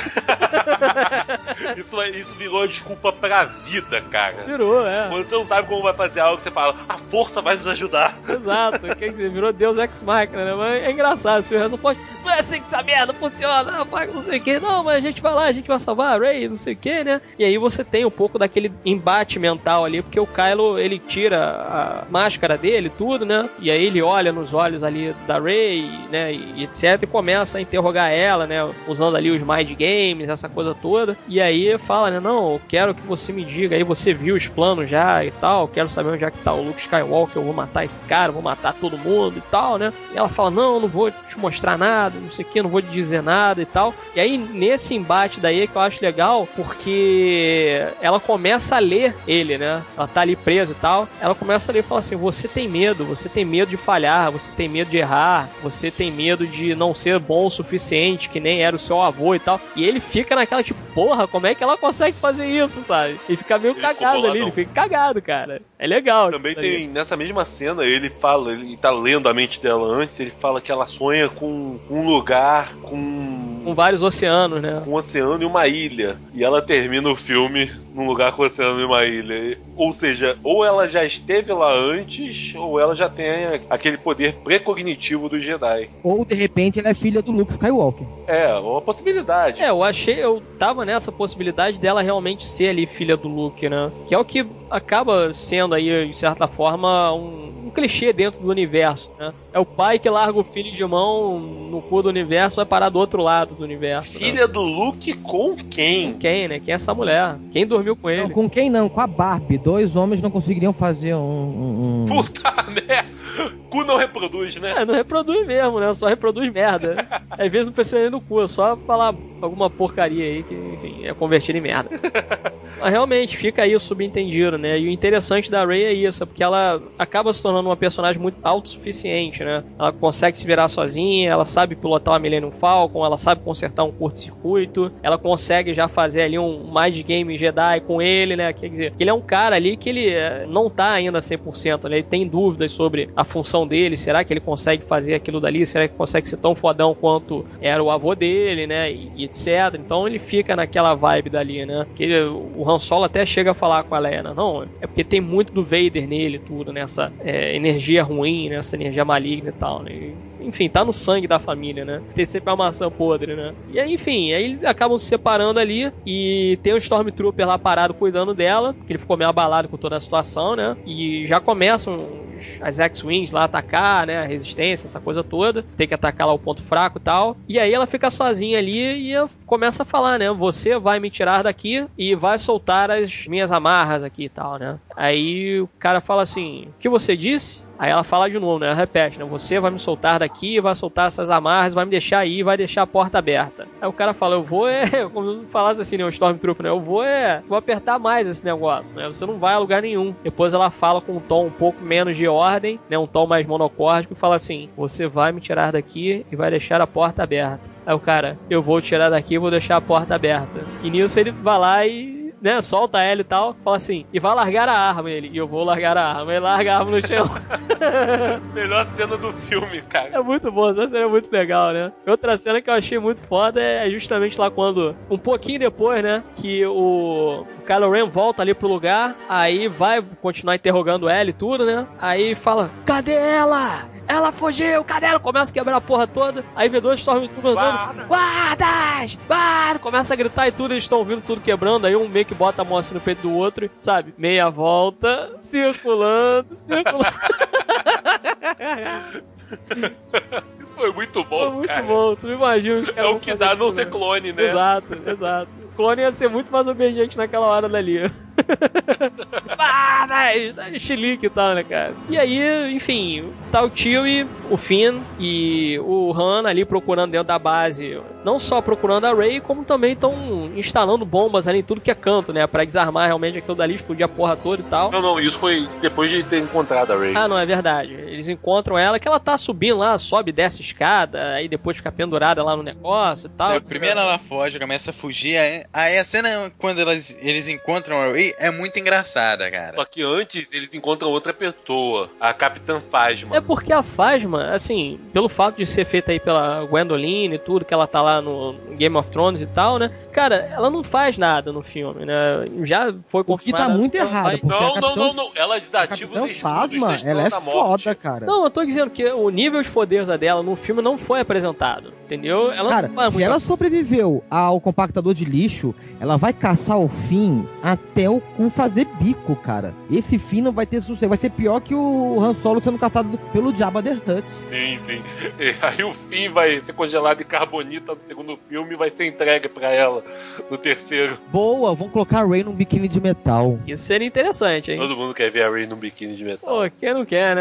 C: Isso virou desculpa pra vida, cara.
A: Virou, é.
C: Quando você não sabe como vai fazer algo, você fala, a força vai nos ajudar.
A: Exato, quer dizer, virou Deus Ex Machina, né? Mas é engraçado, se o resto pode, não é assim que essa merda funciona, rapaz, não sei o que, não, mas a gente vai lá, a gente vai salvar a Rey, não sei o que, né? E aí você tem um pouco daquele embate mental ali, porque o Kylo, ele tira a máscara dele, tudo, né? E aí ele olha nos olhos ali da Rey, né, e etc, e começa a interrogar ela, né, usando ali os Mind Games, essa coisa toda, e aí fala, né, não, eu quero que você me diga, aí você viu os planos já e tal, quero saber onde é que tá o Luke Skywalker, eu vou matar esse cara, vou matar todo mundo e tal, né? E ela fala, não vou te mostrar nada, não sei o que, não vou te dizer nada e tal. E aí, nesse embate daí é que eu acho legal, porque ela começa a ler ele, né? Ela tá ali presa e tal. Ela começa a ler e fala assim, você tem medo de falhar, você tem medo de errar, você tem medo de não ser bom o suficiente, que nem era o seu avô e tal. E ele fica naquela tipo, porra, como é que ela consegue fazer isso, sabe? E fica meio cagado ali, ele fica cagado, cara. É legal.
C: Também tem, nessa mesma cena, ele tá lendo a mente dela antes, ele fala que ela sonha com um lugar com
A: vários oceanos, né?
C: Com um oceano e uma ilha. E ela termina o filme num lugar com oceano e uma ilha. Ou seja, ou ela já esteve lá antes, ou ela já tem aquele poder precognitivo do Jedi.
E: Ou, de repente, ela é filha do Luke Skywalker.
C: É, uma possibilidade.
A: Eu tava nessa possibilidade dela realmente ser ali filha do Luke, né? Que é o que acaba sendo aí, de certa forma, um clichê dentro do universo, né? É o pai que larga o filho de mão no cu do universo, vai parar do outro lado do universo.
C: Filha, né, do Luke com quem?
A: Com quem, né? Quem é essa mulher? Quem dormiu com ele?
E: Não, com quem não? Com a Barbie. 2 homens não conseguiriam fazer
C: Puta merda! Cu não reproduz, né?
A: Não reproduz mesmo, né? Só reproduz merda. Às vezes não precisa nem do cu, é só falar alguma porcaria aí que, enfim, é convertido em merda. Mas realmente fica aí o subentendido, né? E o interessante da Rey é isso, é porque ela acaba se tornando uma personagem muito autossuficiente, né? Ela consegue se virar sozinha, ela sabe pilotar uma Millennium Falcon, ela sabe consertar um curto-circuito, ela consegue já fazer ali um Mind Game Jedi com ele, né? Quer dizer, ele é um cara ali que ele não tá ainda 100%, né? Ele tem dúvidas sobre a função dele, será que ele consegue fazer aquilo dali, será que consegue ser tão fodão quanto era o avô dele, né? E etc. Então ele fica naquela vibe dali, né? Que o Han Solo até chega a falar com a Leia, não, é porque tem muito do Vader nele, tudo, nessa energia ruim, nessa energia maligna e tal, né? Enfim, tá no sangue da família, né? Tem sempre uma maçã podre, né? E aí, enfim, aí eles acabam se separando ali e tem um Stormtrooper lá parado cuidando dela, porque ele ficou meio abalado com toda a situação, né? E já começam as X-Wings lá a atacar, né? A resistência, essa coisa toda. Tem que atacar lá o ponto fraco e tal. E aí ela fica sozinha ali e começa a falar, né? Você vai me tirar daqui e vai soltar as minhas amarras aqui e tal, né? Aí o cara fala assim, o que você disse? Aí ela fala de novo, né? Ela repete, né? Você vai me soltar daqui, vai soltar essas amarras, vai me deixar aí, vai deixar a porta aberta. Aí o cara fala, eu vou como se falasse assim, né? O Stormtrooper, né? Eu vou apertar mais esse negócio, né? Você não vai a lugar nenhum. Depois ela fala com um tom um pouco menos de ordem, né? Um tom mais monocórdico e fala assim, você vai me tirar daqui e vai deixar a porta aberta. Aí o cara, eu vou tirar daqui e vou deixar a porta aberta. E nisso ele vai lá e, né, solta ela e tal, fala assim, e vai largar a arma, ele, e eu vou largar a arma, ele larga a arma no chão.
C: Melhor cena do filme, cara.
A: É muito bom, essa cena é muito legal, né? Outra cena que eu achei muito foda é justamente lá quando, um pouquinho depois, né, que o Kylo Ren volta ali pro lugar, aí vai continuar interrogando ela e tudo, né, aí fala, cadê ela? Ela fugiu, cadê ela? Começa a quebrar a porra toda. Aí vê 2 Stormtroopers andando. Guardas! Guarda! Começa a gritar e tudo, eles estão ouvindo tudo quebrando. Aí um meio que bota a mão assim no peito do outro, sabe? Meia volta, circulando.
C: Isso foi muito bom,
A: muito
C: cara.
A: Muito bom, tu imagina.
C: É o que dá não ser clone, né?
A: Exato. O clone ia ser muito mais obediente naquela hora dali. Chilique e tal, né, cara? E aí, enfim, tá o Chewie, o Finn e o Han ali procurando dentro da base, não só procurando a Rey, como também estão instalando bombas ali em tudo que é canto, né, pra desarmar realmente aquilo dali, explodir a porra toda e tal.
C: Não, isso foi depois de ter encontrado a Rey.
A: Ah, não, é verdade. Eles encontram ela, que ela tá subindo lá, sobe, desce escada, aí depois fica pendurada lá no negócio e tal.
B: Primeiro ela foge, começa a fugir, aí a cena quando eles encontram a Rey é muito engraçada, cara.
C: Só que antes eles encontram outra pessoa, a Capitã Phasma.
A: É porque a Phasma, assim, pelo fato de ser feita aí pela Gwendoline e tudo, que ela tá lá no Game of Thrones e tal, né? Cara, ela não faz nada no filme, né? Já foi confirmado.
E: O que tá muito errado, porque
C: não. Ela desativa os
E: Phasma, ela é foda, cara.
A: Não, eu tô dizendo que o nível de fodeza dela no filme não foi apresentado, entendeu? Ela
E: cara, se ela sobreviveu ao compactador de lixo, ela vai caçar o Finn até o cu fazer bico, cara. Esse Finn não vai ter sucesso, vai ser pior que o Han Solo sendo caçado pelo Jabba the Hutt.
C: Sim. E aí o Finn vai ser congelado em carbonita no segundo filme e vai ser entregue pra ela no terceiro.
E: Boa, vão colocar a Rey num biquíni de metal.
A: Isso seria interessante, hein?
C: Todo mundo quer ver a Rey num biquíni de metal.
A: Pô, quem não quer, né?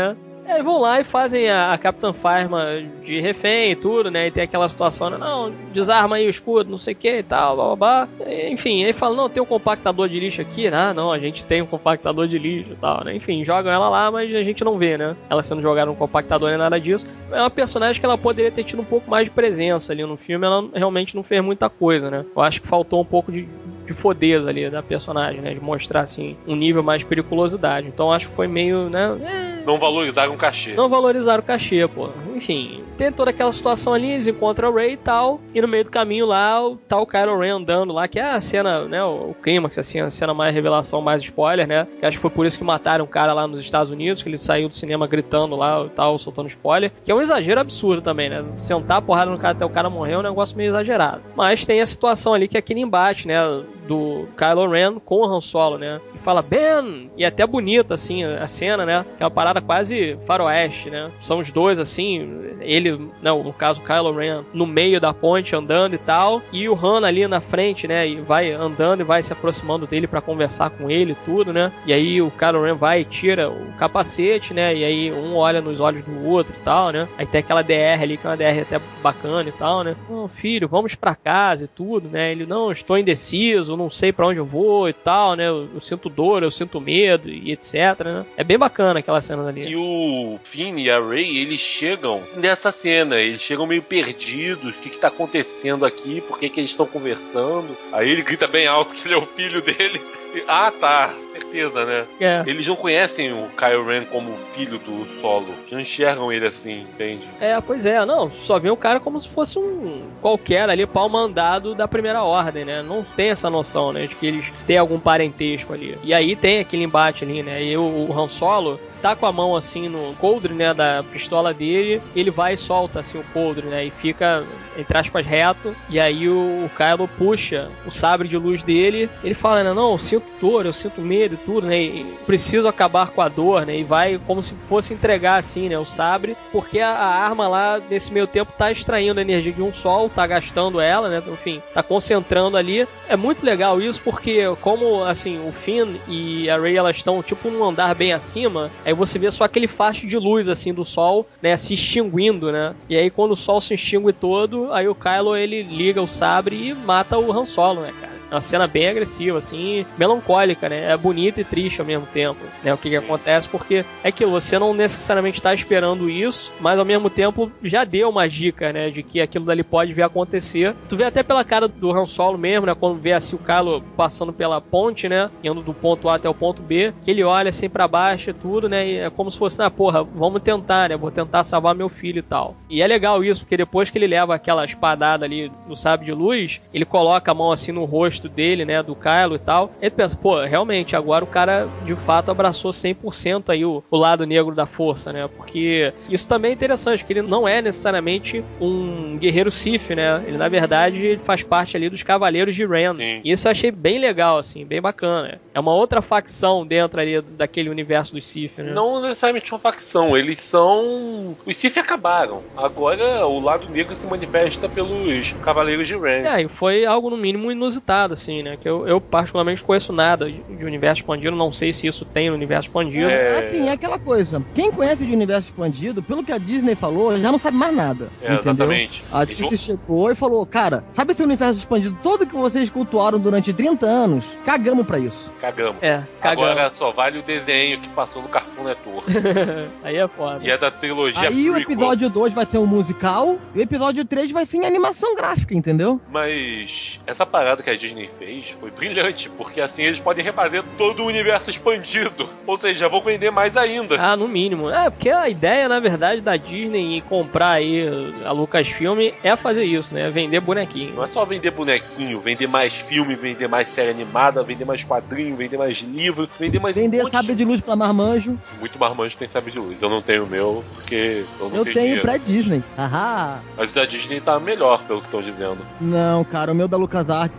A: Eles vão lá e fazem a Capitã Phasma de refém e tudo, né? E tem aquela situação, né? Não, desarma aí o escudo, não sei o que e tal, blá blá blá. Enfim, aí fala, não, tem um compactador de lixo aqui. Ah, não, a gente tem um compactador de lixo e tal, né? Enfim, jogam ela lá, mas a gente não vê, né? Ela sendo jogada no compactador nem nada disso. É uma personagem que ela poderia ter tido um pouco mais de presença ali no filme, ela realmente não fez muita coisa, né? Eu acho que faltou um pouco de fodeza ali da personagem, né? De mostrar, assim, um nível mais de periculosidade. Então acho que foi meio, né?
C: Não valorizaram o cachê.
A: Não valorizaram o cachê, pô. Enfim, tem toda aquela situação ali, eles encontram o Rey e tal, e no meio do caminho lá, tá o Kylo Ren andando lá, que é a cena, né? O clímax, assim, a cena mais revelação, mais spoiler, né? Que acho que foi por isso que mataram um cara lá nos Estados Unidos, que ele saiu do cinema gritando lá e tal, soltando spoiler, que é um exagero absurdo também, né? Sentar a porrada no cara até o cara morrer é um negócio meio exagerado. Mas tem a situação ali que é aquele embate, né? Do Kylo Ren com o Han Solo, né? E fala, Ben! E é até bonita, assim, a cena, né? Que é uma parada quase faroeste, né? São os dois, assim, ele, não, no caso, o Kylo Ren no meio da ponte, andando e tal, e o Han ali na frente, né? E vai andando e vai se aproximando dele pra conversar com ele e tudo, né? E aí o Kylo Ren vai e tira o capacete, né? E aí um olha nos olhos do outro e tal, né? Aí tem aquela DR ali, que é uma DR até bacana e tal, né? Não, filho, vamos pra casa e tudo, né? Ele, não, estou indeciso, não sei pra onde eu vou e tal, né? Eu sinto dor, eu sinto medo e etc, né? É bem bacana aquela cena ali.
C: E o Finn e a Rey, eles chegam nessa cena, eles chegam meio perdidos, o que tá acontecendo aqui, por que eles estão conversando. Aí ele grita bem alto que ele é o filho dele. Ah, tá, certeza, né?
A: É.
C: Eles não conhecem o Kylo Ren como filho do Solo, já enxergam ele assim, entende?
A: É, pois é, não, só vê o cara como se fosse um qualquer ali, pau mandado da primeira ordem, né? Não tem essa noção, né, de que eles têm algum parentesco ali. E aí tem aquele embate ali, né? E o Han Solo tá com a mão assim no coldre, né, da pistola dele, ele vai e solta assim o coldre, né, e fica, entre aspas, reto, e aí o Kylo puxa o sabre de luz dele, ele fala, né, não, eu sinto dor, eu sinto medo e tudo, né, e preciso acabar com a dor, né, e vai como se fosse entregar assim, né, o sabre, porque a arma lá, nesse meio tempo, tá extraindo a energia de um sol, tá gastando ela, né, enfim, tá concentrando ali. É muito legal isso, porque como, assim, o Finn e a Rey, elas estão, tipo, num andar bem acima, aí você vê só aquele facho de luz, assim, do sol, né, se extinguindo, né? E aí, quando o sol se extingue todo, aí o Kylo, ele liga o sabre e mata o Han Solo, né, cara? É uma cena bem agressiva, assim, melancólica, né? É bonita e triste ao mesmo tempo, né? O que acontece, porque é que você não necessariamente está esperando isso, mas ao mesmo tempo já deu uma dica, né? De que aquilo dali pode vir a acontecer. Tu vê até pela cara do Han Solo mesmo, né? Quando vê assim o Kylo passando pela ponte, né? Indo do ponto A até o ponto B, que ele olha assim pra baixo e tudo, né? E é como se fosse, porra, vamos tentar, né? Vou tentar salvar meu filho e tal. E é legal isso, porque depois que ele leva aquela espadada ali no sabre de luz, ele coloca a mão assim no rosto dele, né, do Kylo e tal, ele pensa, pô, realmente, agora o cara, de fato, abraçou 100% aí o lado negro da força, né, porque isso também é interessante, que ele não é necessariamente um guerreiro Sith, né, ele, na verdade, faz parte ali dos Cavaleiros de Ren.
C: Sim.
A: E isso eu achei bem legal, assim, bem bacana. É uma outra facção dentro ali daquele universo dos Sith, né.
C: Não necessariamente uma facção, eles são... Os Sith acabaram. Agora o lado negro se manifesta pelos Cavaleiros de Ren.
A: É, e foi algo, no mínimo, inusitado, assim, né? Que eu particularmente conheço nada de universo expandido, não sei se isso tem no universo expandido.
E: Assim, é aquela coisa. Quem conhece de universo expandido, pelo que a Disney falou, já não sabe mais nada. Entendeu?
C: Exatamente.
E: A Disney chegou e falou, cara, sabe esse universo expandido todo que vocês cultuaram durante 30 anos? Cagamos pra isso.
C: Cagamos.
A: Cagamos.
C: Agora só vale o desenho que passou no Cartoon Network.
A: Aí é foda.
C: E é da trilogia
E: Aí o
C: prequel.
E: episódio 2 vai ser um musical e o episódio 3 vai ser em animação gráfica, entendeu?
C: Mas essa parada que a Disney fez foi brilhante, porque assim eles podem refazer todo o universo expandido. Ou seja, vão vender mais ainda.
A: Ah, no mínimo. É, porque a ideia, na verdade, da Disney em comprar aí a Lucasfilm é fazer isso, né? Vender bonequinho.
C: Não é só vender bonequinho, vender mais filme, vender mais série animada, vender mais quadrinho, vender mais livro, vender mais...
E: Vender sabre de luz pra marmanjo.
C: Muito marmanjo tem sabre de luz. Eu não tenho o meu, porque eu não
E: Eu
C: tenho
E: tenho
C: dinheiro.
E: pré-Disney. Haha.
C: Mas o da Disney tá melhor, pelo que estão dizendo.
E: Não, cara, o meu da LucasArts é muito bom.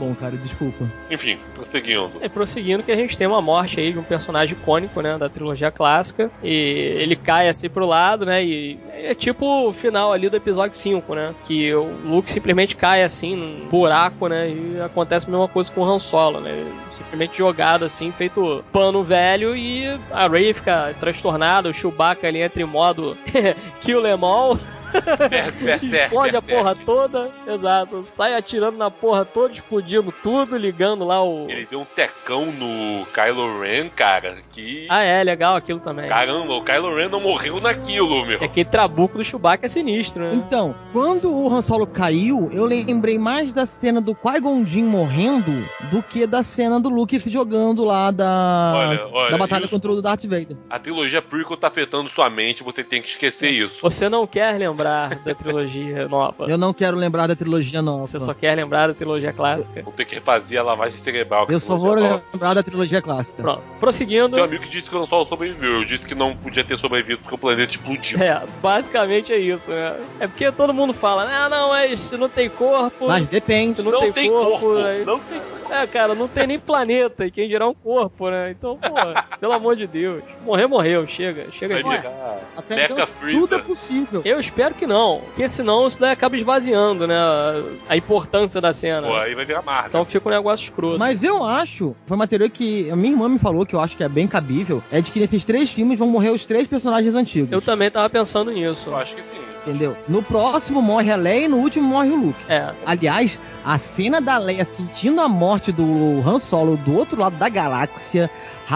E: não, cara, desculpa.
C: Enfim, prosseguindo.
A: Prosseguindo que a gente tem uma morte aí de um personagem icônico, né, da trilogia clássica, e ele cai assim pro lado, né, e é tipo o final ali do episódio 5, né, que o Luke simplesmente cai assim num buraco, né, e acontece a mesma coisa com o Han Solo, né, simplesmente jogado assim, feito pano velho, e a Rey fica transtornada, o Chewbacca ali entra em modo Kill Them All. Explode a porra toda, exato, sai atirando na porra toda, explodindo tudo, ligando lá o...
C: Ele deu um tecão no Kylo Ren, cara, que...
A: Ah, é, legal aquilo também.
C: Caramba, o Kylo Ren não morreu naquilo, meu.
A: É aquele trabuco do Chewbacca é sinistro, né?
E: Então, quando o Han Solo caiu, eu lembrei mais da cena do Qui-Gon Jinn morrendo do que da cena do Luke se jogando lá da batalha contra o Darth Vader.
C: A trilogia prequel tá afetando sua mente, você tem que esquecer isso.
A: Você não quer lembrar da trilogia nova.
E: Eu não quero lembrar da trilogia nova.
A: Você só quer lembrar da trilogia clássica.
C: Vou ter que refazer a lavagem cerebral.
E: Eu só vou lembrar da trilogia clássica.
A: Pronto, prosseguindo.
C: Tem um amigo que disse que o Han Solo sobreviveu. Eu disse que não podia ter sobrevivido porque o planeta explodiu.
A: É, basicamente é isso, né? É porque todo mundo fala, não, mas se não tem corpo...
E: Mas depende.
A: Se não tem corpo aí...
C: Não tem.
A: É, cara, não tem nem planeta, e quem dirá um corpo, né? Então, pô, pelo amor de Deus. Morreu, chega aí.
E: Até então, tudo é possível.
A: Eu espero que não, porque senão isso daí acaba esvaziando, né? A importância da cena.
C: Pô, aí vai virar Marvel.
A: Então fica um negócio escroto.
E: Mas eu acho, foi uma teoria que a minha irmã me falou, que eu acho que é bem cabível, é de que nesses 3 filmes vão morrer os 3 personagens antigos.
A: Eu também tava pensando nisso.
C: Eu acho que sim.
E: Entendeu? No próximo morre a Leia e no último morre o Luke.
A: É.
E: Aliás, a cena da Leia sentindo a morte do Han Solo do outro lado da galáxia,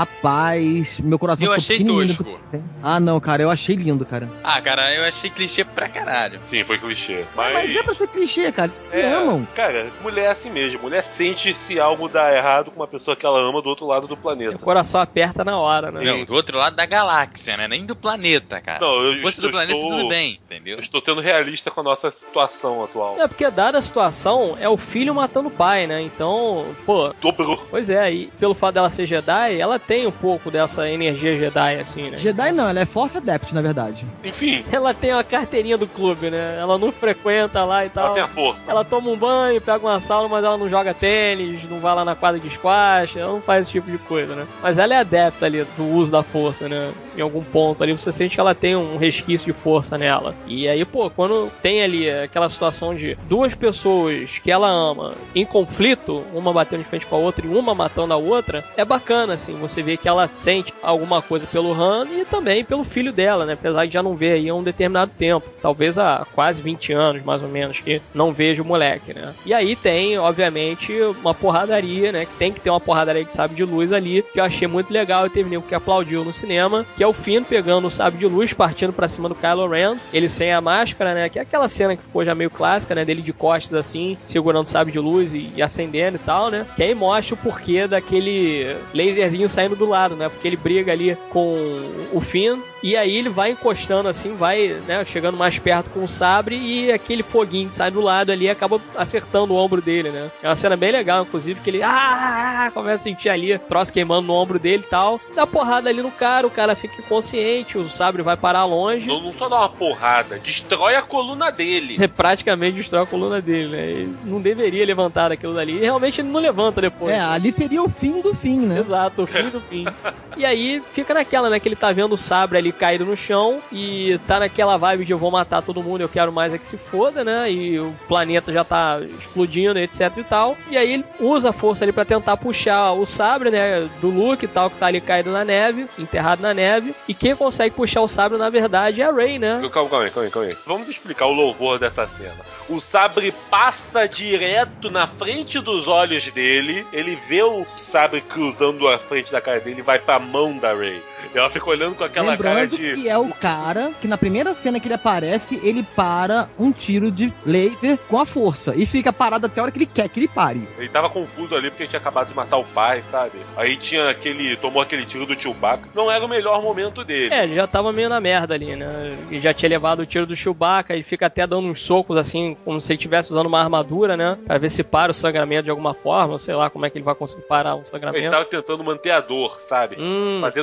E: rapaz, meu coração
B: Eu
E: ficou
B: achei
E: pequenininho.
B: tosco.
E: Ah, não, cara, eu achei lindo, cara.
B: Ah, cara, eu achei clichê pra caralho.
C: Sim, foi clichê.
E: Mas é pra ser clichê, cara. Eles se amam.
C: Cara, mulher é assim mesmo. Mulher sente se algo dá errado com uma pessoa que ela ama do outro lado do planeta.
A: O coração aperta na hora, né?
B: Não, do outro lado da galáxia, né? Nem do planeta, cara.
C: Não,
B: Se fosse do planeta, tudo bem, entendeu?
C: Eu estou sendo realista com a nossa situação atual.
A: É, porque dada a situação, é o filho matando o pai, né? Então, pô...
C: Dobrou.
A: Pois é, e pelo fato dela ser Jedi, ela tem um pouco dessa energia Jedi, assim, né?
E: Jedi não, ela é Force Adept, na verdade.
C: Enfim.
A: Ela tem uma carteirinha do clube, né? Ela não frequenta lá e tal.
C: Ela tem a força.
A: Ela toma um banho, pega uma sauna, mas ela não joga tênis, não vai lá na quadra de squash, ela não faz esse tipo de coisa, né? Mas ela é adepta ali do uso da força, né? Em algum ponto ali você sente que ela tem um resquício de força nela. E aí, pô, quando tem ali aquela situação de 2 pessoas que ela ama em conflito, uma batendo de frente com a outra e uma matando a outra, é bacana, assim, você vê que ela sente alguma coisa pelo Han e também pelo filho dela, né? Apesar de já não ver aí há um determinado tempo, talvez há quase 20 anos, mais ou menos, que não vejo o moleque, né? E aí tem, obviamente, uma porradaria, né? Que tem que ter uma porradaria de sabre de luz ali, que eu achei muito legal e teve nego que aplaudiu no cinema, que é o Finn pegando o sabre de luz, partindo pra cima do Kylo Ren, ele sem a máscara, né? Que é aquela cena que ficou já meio clássica, né? Dele de costas assim, segurando o sabre de luz e acendendo e tal, né? Que aí mostra o porquê daquele laserzinho saindo do lado, né? Porque ele briga ali com o Finn e aí ele vai encostando assim, vai, né? Chegando mais perto com o sabre e aquele foguinho que sai do lado ali acaba acertando o ombro dele, né? É uma cena bem legal, inclusive, que ele começa a sentir ali troço queimando no ombro dele e tal. Dá porrada ali no cara, o cara fica inconsciente, o sabre vai parar longe.
C: Não só dá uma porrada, destrói a coluna dele.
A: Praticamente destrói a coluna dele, né? Ele não deveria levantar daquilo dali. E realmente ele não levanta depois.
E: É, ali seria o fim do fim, né?
A: Exato, o fim do fim. E aí fica naquela, né? Que ele tá vendo o sabre ali caído no chão e tá naquela vibe de eu vou matar todo mundo, eu quero mais é que se foda, né? E o planeta já tá explodindo, etc e tal. E aí ele usa a força ali pra tentar puxar o sabre, né? Do Luke e tal, que tá ali caído na neve, enterrado na neve. E quem consegue puxar o sabre, na verdade, é a Rey, né?
C: Calma aí. Vamos explicar o louvor dessa cena. O sabre passa direto na frente dos olhos dele, ele vê o sabre cruzando a frente da cara dele e vai pra mão da Rey. E ela fica olhando com aquela cara de...
E: que é o cara que na primeira cena que ele aparece, ele para um tiro de laser com a força e fica parado até a hora que ele quer que ele pare.
C: Ele tava confuso ali porque ele tinha acabado de matar o pai, sabe? Aí tomou aquele tiro do Chewbacca. Não era o melhor momento dele.
A: É, ele já tava meio na merda ali, né? Ele já tinha levado o tiro do Chewbacca, ele fica até dando uns socos assim, como se ele estivesse usando uma armadura, né? Pra ver se para o sangramento de alguma forma, ou sei lá como é que ele vai conseguir parar o sangramento.
C: Ele tava tentando manter a dor, sabe? Fazer doer mais ainda.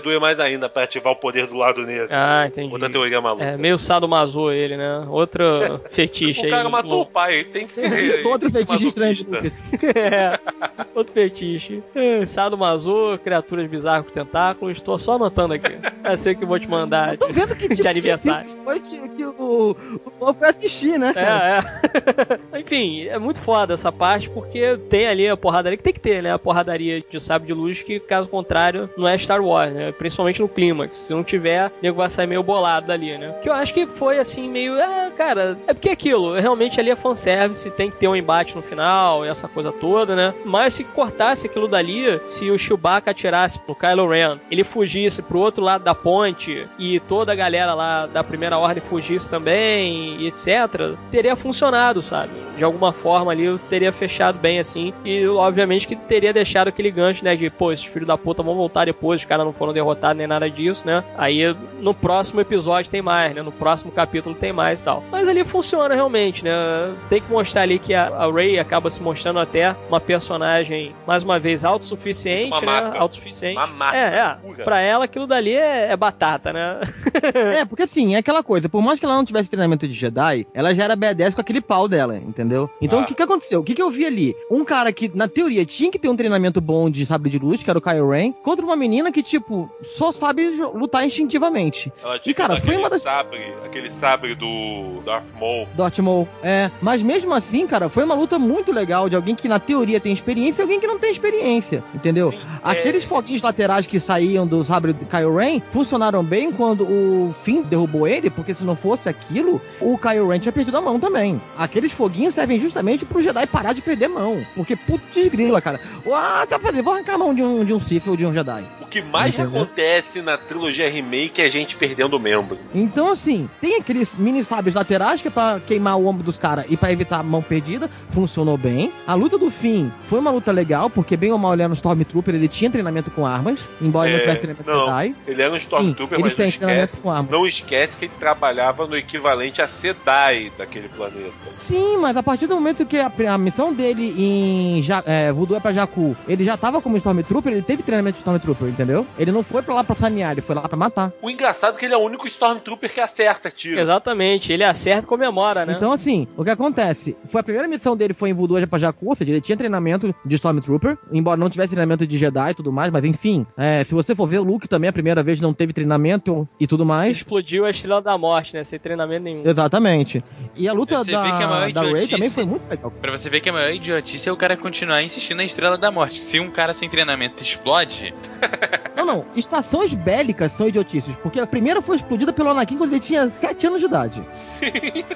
C: ainda pra ativar o poder do lado negro.
A: Ah, entendi.
C: Outra teoria maluca.
A: É, meio sadomaso ele, né? Outro fetiche aí.
C: O cara matou o pai, tem que ser.
E: Outro fetiche estranho,
C: masoquista.
E: Lucas.
A: É, outro fetiche. Sadomaso, criaturas bizarras com tentáculos. Tô só anotando aqui. É sei que eu vou te mandar.
E: Eu tô vendo que tipo
A: de aniversário.
E: que foi que o Paul foi assistir, né, cara?
A: Enfim, é muito foda essa parte, porque tem ali a porradaria que tem que ter, né? A porradaria de sabre de luz, que caso contrário não é Star Wars, né? Principalmente no clímax. Se não tiver, o nego vai sair meio bolado dali, né? Que eu acho que foi assim, meio. Cara, é porque aquilo, realmente ali é fanservice, tem que ter um embate no final e essa coisa toda, né? Mas se cortasse aquilo dali, se o Chewbacca atirasse pro Kylo Ren, ele fugisse pro outro lado da ponte e toda a galera lá da Primeira Ordem fugisse também, e etc., teria funcionado, sabe? De alguma forma ali eu teria fechado bem assim, e obviamente que teria deixado aquele gancho, né, de pô, esses filhos da puta vão voltar depois, os caras não foram derrotados nem nada disso, né? Aí no próximo episódio tem mais, né? No próximo capítulo tem mais e tal. Mas ali funciona realmente, né? Tem que mostrar ali que a Rey acaba se mostrando até uma personagem, mais uma vez, autossuficiente, né? Autossuficiente.
C: Uma marca pura.
A: Pra ela aquilo dali é batata, né?
E: Porque assim, é aquela coisa, por mais que ela não tivesse treinamento de Jedi, ela já era badass com aquele pau dela, entendeu? Então o que aconteceu? O que eu vi ali? Um cara que, na teoria, tinha que ter um treinamento bom de sabre de luz, que era o Kylo Ren, contra uma menina que, tipo, só sabe lutar instintivamente.
C: Ela
E: E, cara, foi uma das...
C: Aquele sabre do Darth Maul.
E: Darth Maul, mas mesmo assim, cara, foi uma luta muito legal de alguém que, na teoria, tem experiência e alguém que não tem experiência, entendeu?
C: Sim,
E: Aqueles foguinhos laterais que saíam do sabre do Kylo Ren funcionaram bem quando o Finn derrubou ele, porque se não fosse aquilo, o Kylo Ren tinha perdido a mão também. Aqueles foguinhos servem justamente pro Jedi parar de perder mão. Porque, putz grila, cara. Tá fazendo, vou arrancar a mão de um Sith ou de um Jedi.
C: O que mais acontece na trilogia remake é a gente perdendo membro.
E: Então, assim, tem aqueles mini sabres laterais que é pra queimar o ombro dos caras e pra evitar a mão perdida. Funcionou bem. A luta do Finn foi uma luta legal, porque bem ou mal ele era um Stormtrooper, ele tinha treinamento com armas, embora ele não tivesse treinamento com Jedi.
C: Ele era um Stormtrooper,
E: mas
C: não esquece, não esquece que ele trabalhava no equivalente a Sedai daquele planeta.
E: Sim, mas a partir do momento que a missão dele em Voodoo é pra Jakku, ele já tava como Stormtrooper, ele teve treinamento de Stormtrooper, entendeu? Ele não foi pra lá pra sanear, ele foi lá pra matar.
C: O engraçado é que ele é o único Stormtrooper que acerta tiro.
A: Exatamente, ele acerta e comemora, né?
E: Então, assim, o que acontece? A primeira missão dele foi em Voodoo é pra Jakku, ou seja, ele tinha treinamento de Stormtrooper, embora não tivesse treinamento de Jedi e tudo mais, mas enfim, se você for ver, o Luke também a primeira vez não teve treinamento e tudo mais.
A: Explodiu a Estrela da Morte, né? Sem treinamento nenhum.
E: Exatamente. E a luta da Rey também foi muito legal.
B: Pra você ver que a maior idiotice é o cara continuar insistindo na Estrela da Morte. Se um cara sem treinamento explode...
E: Não. Estações bélicas são idiotices, porque a primeira foi explodida pelo Anakin quando ele tinha 7 anos de idade.
C: Sim.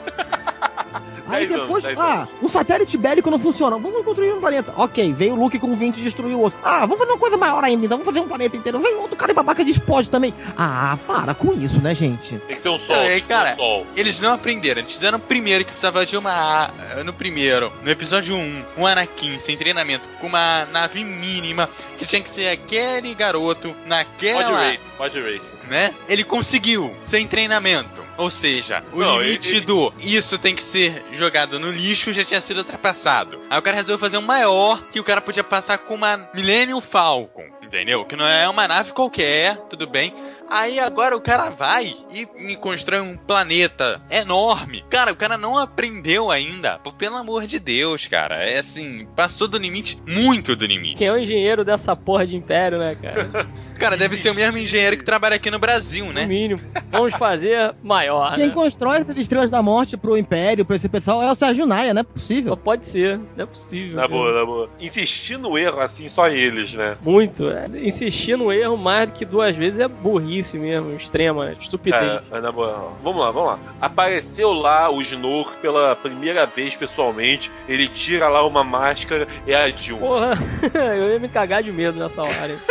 E: Aí depois, um satélite bélico não funciona. Vamos construir um planeta. Ok, veio o Luke com 20 e destruiu o outro. Vamos fazer uma coisa maior ainda, então vamos fazer um planeta inteiro. Veio outro cara e babaca de explode também. Para com isso, né, gente?
C: Tem que ter um sol.
B: Cara, eles não aprenderam. Eles fizeram primeiro que precisava de uma... No episódio 1, um Anakin sem treinamento, com uma nave mínima, que tinha que ser aquele garoto naquela...
C: Pod Race.
B: Né? Ele conseguiu, sem treinamento. Ou seja, o limite do isso tem que ser jogado no lixo já tinha sido ultrapassado. Aí o cara resolveu fazer um maior que o cara podia passar com uma Millennium Falcon, entendeu? Que não é uma nave qualquer, tudo bem. Aí agora o cara vai e constrói um planeta enorme. Cara, o cara não aprendeu ainda. Pelo amor de Deus, cara. É assim, passou do limite, muito do limite.
A: Quem é o engenheiro dessa porra de império, né, cara?
B: Cara, deve ser o mesmo engenheiro que trabalha aqui no Brasil, né?
A: No mínimo. Vamos fazer maior,
E: Quem
A: né?
E: constrói essas Estrelas da Morte pro Império, pra esse pessoal, é o Sérgio Naia, não é possível.
A: Só pode ser, não é possível.
C: Na boa. Insistir no erro, assim, só eles, né?
A: Muito. Insistir no erro mais do que 2 vezes é burrice mesmo, extrema, estupidez.
C: Na boa. Vamos lá. Apareceu lá o Snoke pela primeira vez pessoalmente, ele tira lá uma máscara, é a Jill.
A: Porra, eu ia me cagar de medo nessa hora, hein?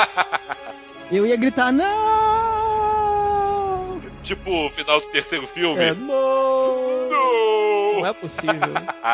E: Eu ia gritar, não!
C: Tipo o final do terceiro filme.
A: Não é possível.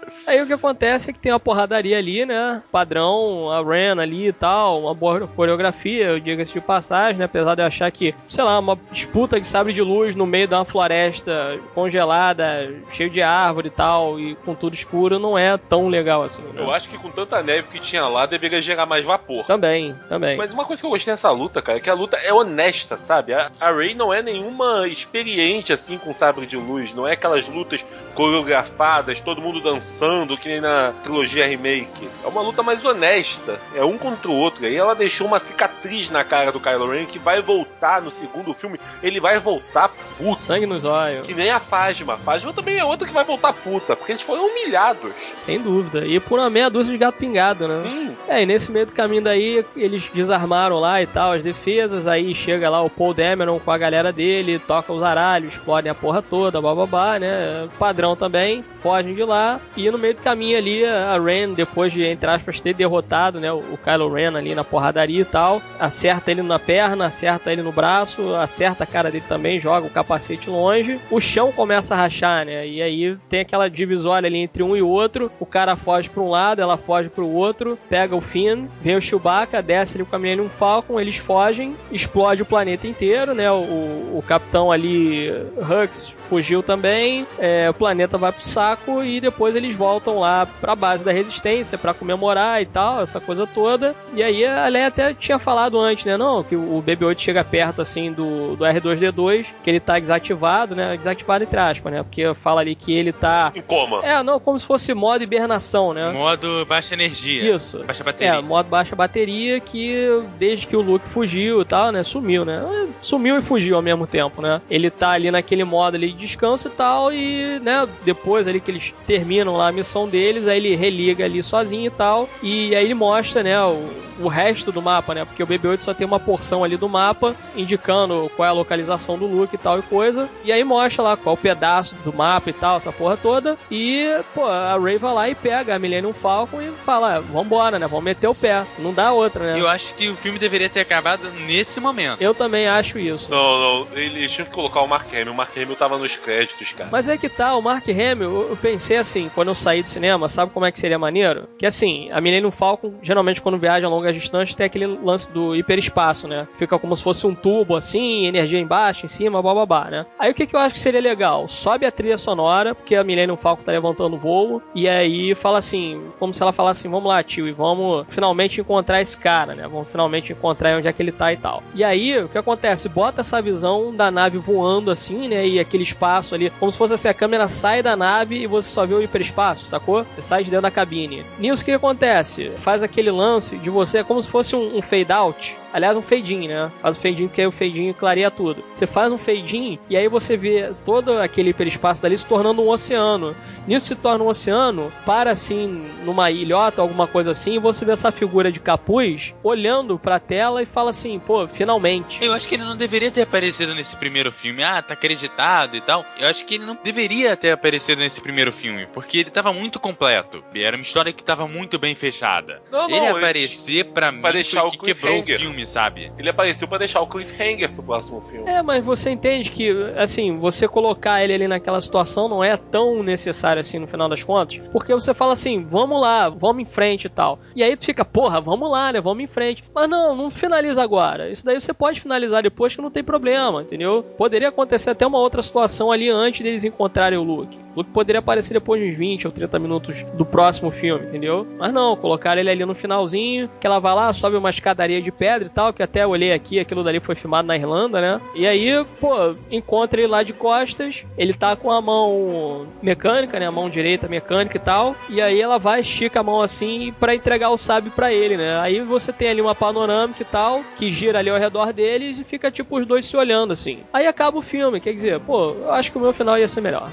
A: Aí o que acontece é que tem uma porradaria ali, né? Padrão, a Ren ali e tal, uma boa coreografia, eu digo-se de passagem, né? Apesar de eu achar que, sei lá, uma disputa de sabre de luz no meio de uma floresta congelada, cheio de árvore e tal, e com tudo escuro, não é tão legal assim. Né?
C: Eu acho que com tanta neve que tinha lá, deveria gerar mais vapor.
A: Também.
C: Mas uma coisa que eu gostei dessa luta, cara, é que a luta é honesta, sabe? A Rey não é nenhuma experiente, assim, com sabre de luz. Não é aquelas lutas coreografadas, todo mundo dançando, que nem na trilogia remake. É uma luta mais honesta. É um contra o outro. Aí ela deixou uma cicatriz na cara do Kylo Ren, que vai voltar no segundo filme. Ele vai voltar puto.
A: Sangue nos olhos.
C: Que nem a Phasma. A Phasma também é outra que vai voltar puta, porque eles foram humilhados.
A: Sem dúvida. E por uma meia dúzia de gato pingado, né?
C: Sim.
A: E nesse meio do caminho daí, eles desarmaram lá e tal as defesas, aí chega lá o Paul Dameron com a galera dele, toca os aralhos, explodem a porra toda, bababá, né? Padrão também, fogem de lá, e no meio do caminho ali, a Ren, depois de, entre aspas, ter derrotado, né, o Kylo Ren ali na porradaria e tal, acerta ele na perna, acerta ele no braço, acerta a cara dele também, joga o capacete longe, o chão começa a rachar, né? E aí tem aquela divisória ali entre um e outro, o cara foge pra um lado, ela foge pro outro, pega o Finn, vem o Chewbacca, desce ali com a Millennium Falcon, eles fogem, explode o planeta inteiro, né? O capitão ali, Hux, fugiu também, o planeta vai pro saco e depois eles voltam lá pra base da Resistência pra comemorar e tal, essa coisa toda. E aí a Leia até tinha falado antes, né? Não, que o BB-8 chega perto, assim, do R2-D2, que ele tá desativado, né? Desativado entre aspas, né? Porque fala ali que ele tá...
C: em coma.
A: Não, como se fosse modo hibernação, né?
B: Modo baixa energia.
A: Isso.
B: Baixa bateria.
A: Modo baixa bateria, que desde que o Luke fugiu e tal, né? Sumiu, né? Sumiu e fugiu ao mesmo tempo, né? Ele tá ali naquele modo ali de descanso e tal, e, né? Depois ali que eles terminam lá a missão deles, aí ele religa ali sozinho e tal, e aí ele mostra, né? O resto do mapa, né? Porque o BB-8 só tem uma porção ali do mapa, indicando qual é a localização do Luke e tal e coisa, e aí mostra lá qual pedaço do mapa e tal, essa porra toda, e, pô, a Rey vai lá e pega a Millennium Falcon e fala, vambora, né? Vamos meter o pé. Não dá outra, né?
B: Eu acho que o filme deveria ter acabado nesse momento.
A: Eu também acho isso.
C: Não, eles tinham que colocar o Mark Hamill. O Mark Hamill tava nos créditos, cara.
A: Mas é que tá, o Mark Hamill, eu pensei assim, quando eu saí do cinema, sabe como é que seria maneiro? Que assim, a Millennium Falcon, geralmente quando viaja a longas distâncias, tem aquele lance do hiperespaço, né? Fica como se fosse um tubo assim, energia embaixo, em cima, bababá, né? Aí o que eu acho que seria legal? Sobe a trilha sonora, porque a Millennium Falcon tá levantando o voo, e aí fala assim, como se ela falasse assim, vamos lá, tio, e vamos finalmente encontrar esse cara, né? Vamos finalmente encontrar onde é que ele tá e tal. E aí, o que acontece? Bota essa visão da nave voando assim, né? E aquele espaço ali, como se fosse assim, a câmera sai da nave e você só vê o hiperespaço, sacou? Você sai de dentro da cabine. Nisso, o que acontece? Faz aquele lance de você, como se fosse um fade out. Aliás, um fade-in, né? Faz o fade-in, porque aí o fade-in clareia tudo. Você faz um fade-in e aí você vê todo aquele hiperespaço dali se tornando um oceano. Nisso se torna um oceano, para assim, numa ilhota, alguma coisa assim, e você vê essa figura de capuz olhando pra tela e fala assim, pô, finalmente.
B: Eu acho que ele não deveria ter aparecido nesse primeiro filme. Tá acreditado e tal. Eu acho que ele não deveria ter aparecido nesse primeiro filme, porque ele tava muito completo. Era uma história que tava muito bem fechada. Ele aparecer pra mim
C: deixar
B: foi que quebrou o filme, sabe?
C: Ele apareceu pra deixar o cliffhanger pro próximo filme.
A: Mas você entende que, assim, você colocar ele ali naquela situação não é tão necessário assim no final das contas, porque você fala assim, vamos lá, vamos em frente e tal. E aí tu fica, porra, vamos lá, né, vamos em frente. Mas não finaliza agora. Isso daí você pode finalizar depois que não tem problema, entendeu? Poderia acontecer até uma outra situação ali antes deles encontrarem o Luke. O Luke poderia aparecer depois de uns 20 ou 30 minutos do próximo filme, entendeu? Mas não, colocaram ele ali no finalzinho, que ela vai lá, sobe uma escadaria de pedra e tal, que até eu olhei aqui, aquilo dali foi filmado na Irlanda, né? E aí, pô, encontra ele lá de costas, ele tá com a mão mecânica, né? A mão direita mecânica e tal, e aí ela vai, estica a mão assim pra entregar o sábio pra ele, né? Aí você tem ali uma panorâmica e tal, que gira ali ao redor deles e fica tipo os dois se olhando assim. Aí acaba o filme, quer dizer, pô, eu acho que o meu final ia ser melhor.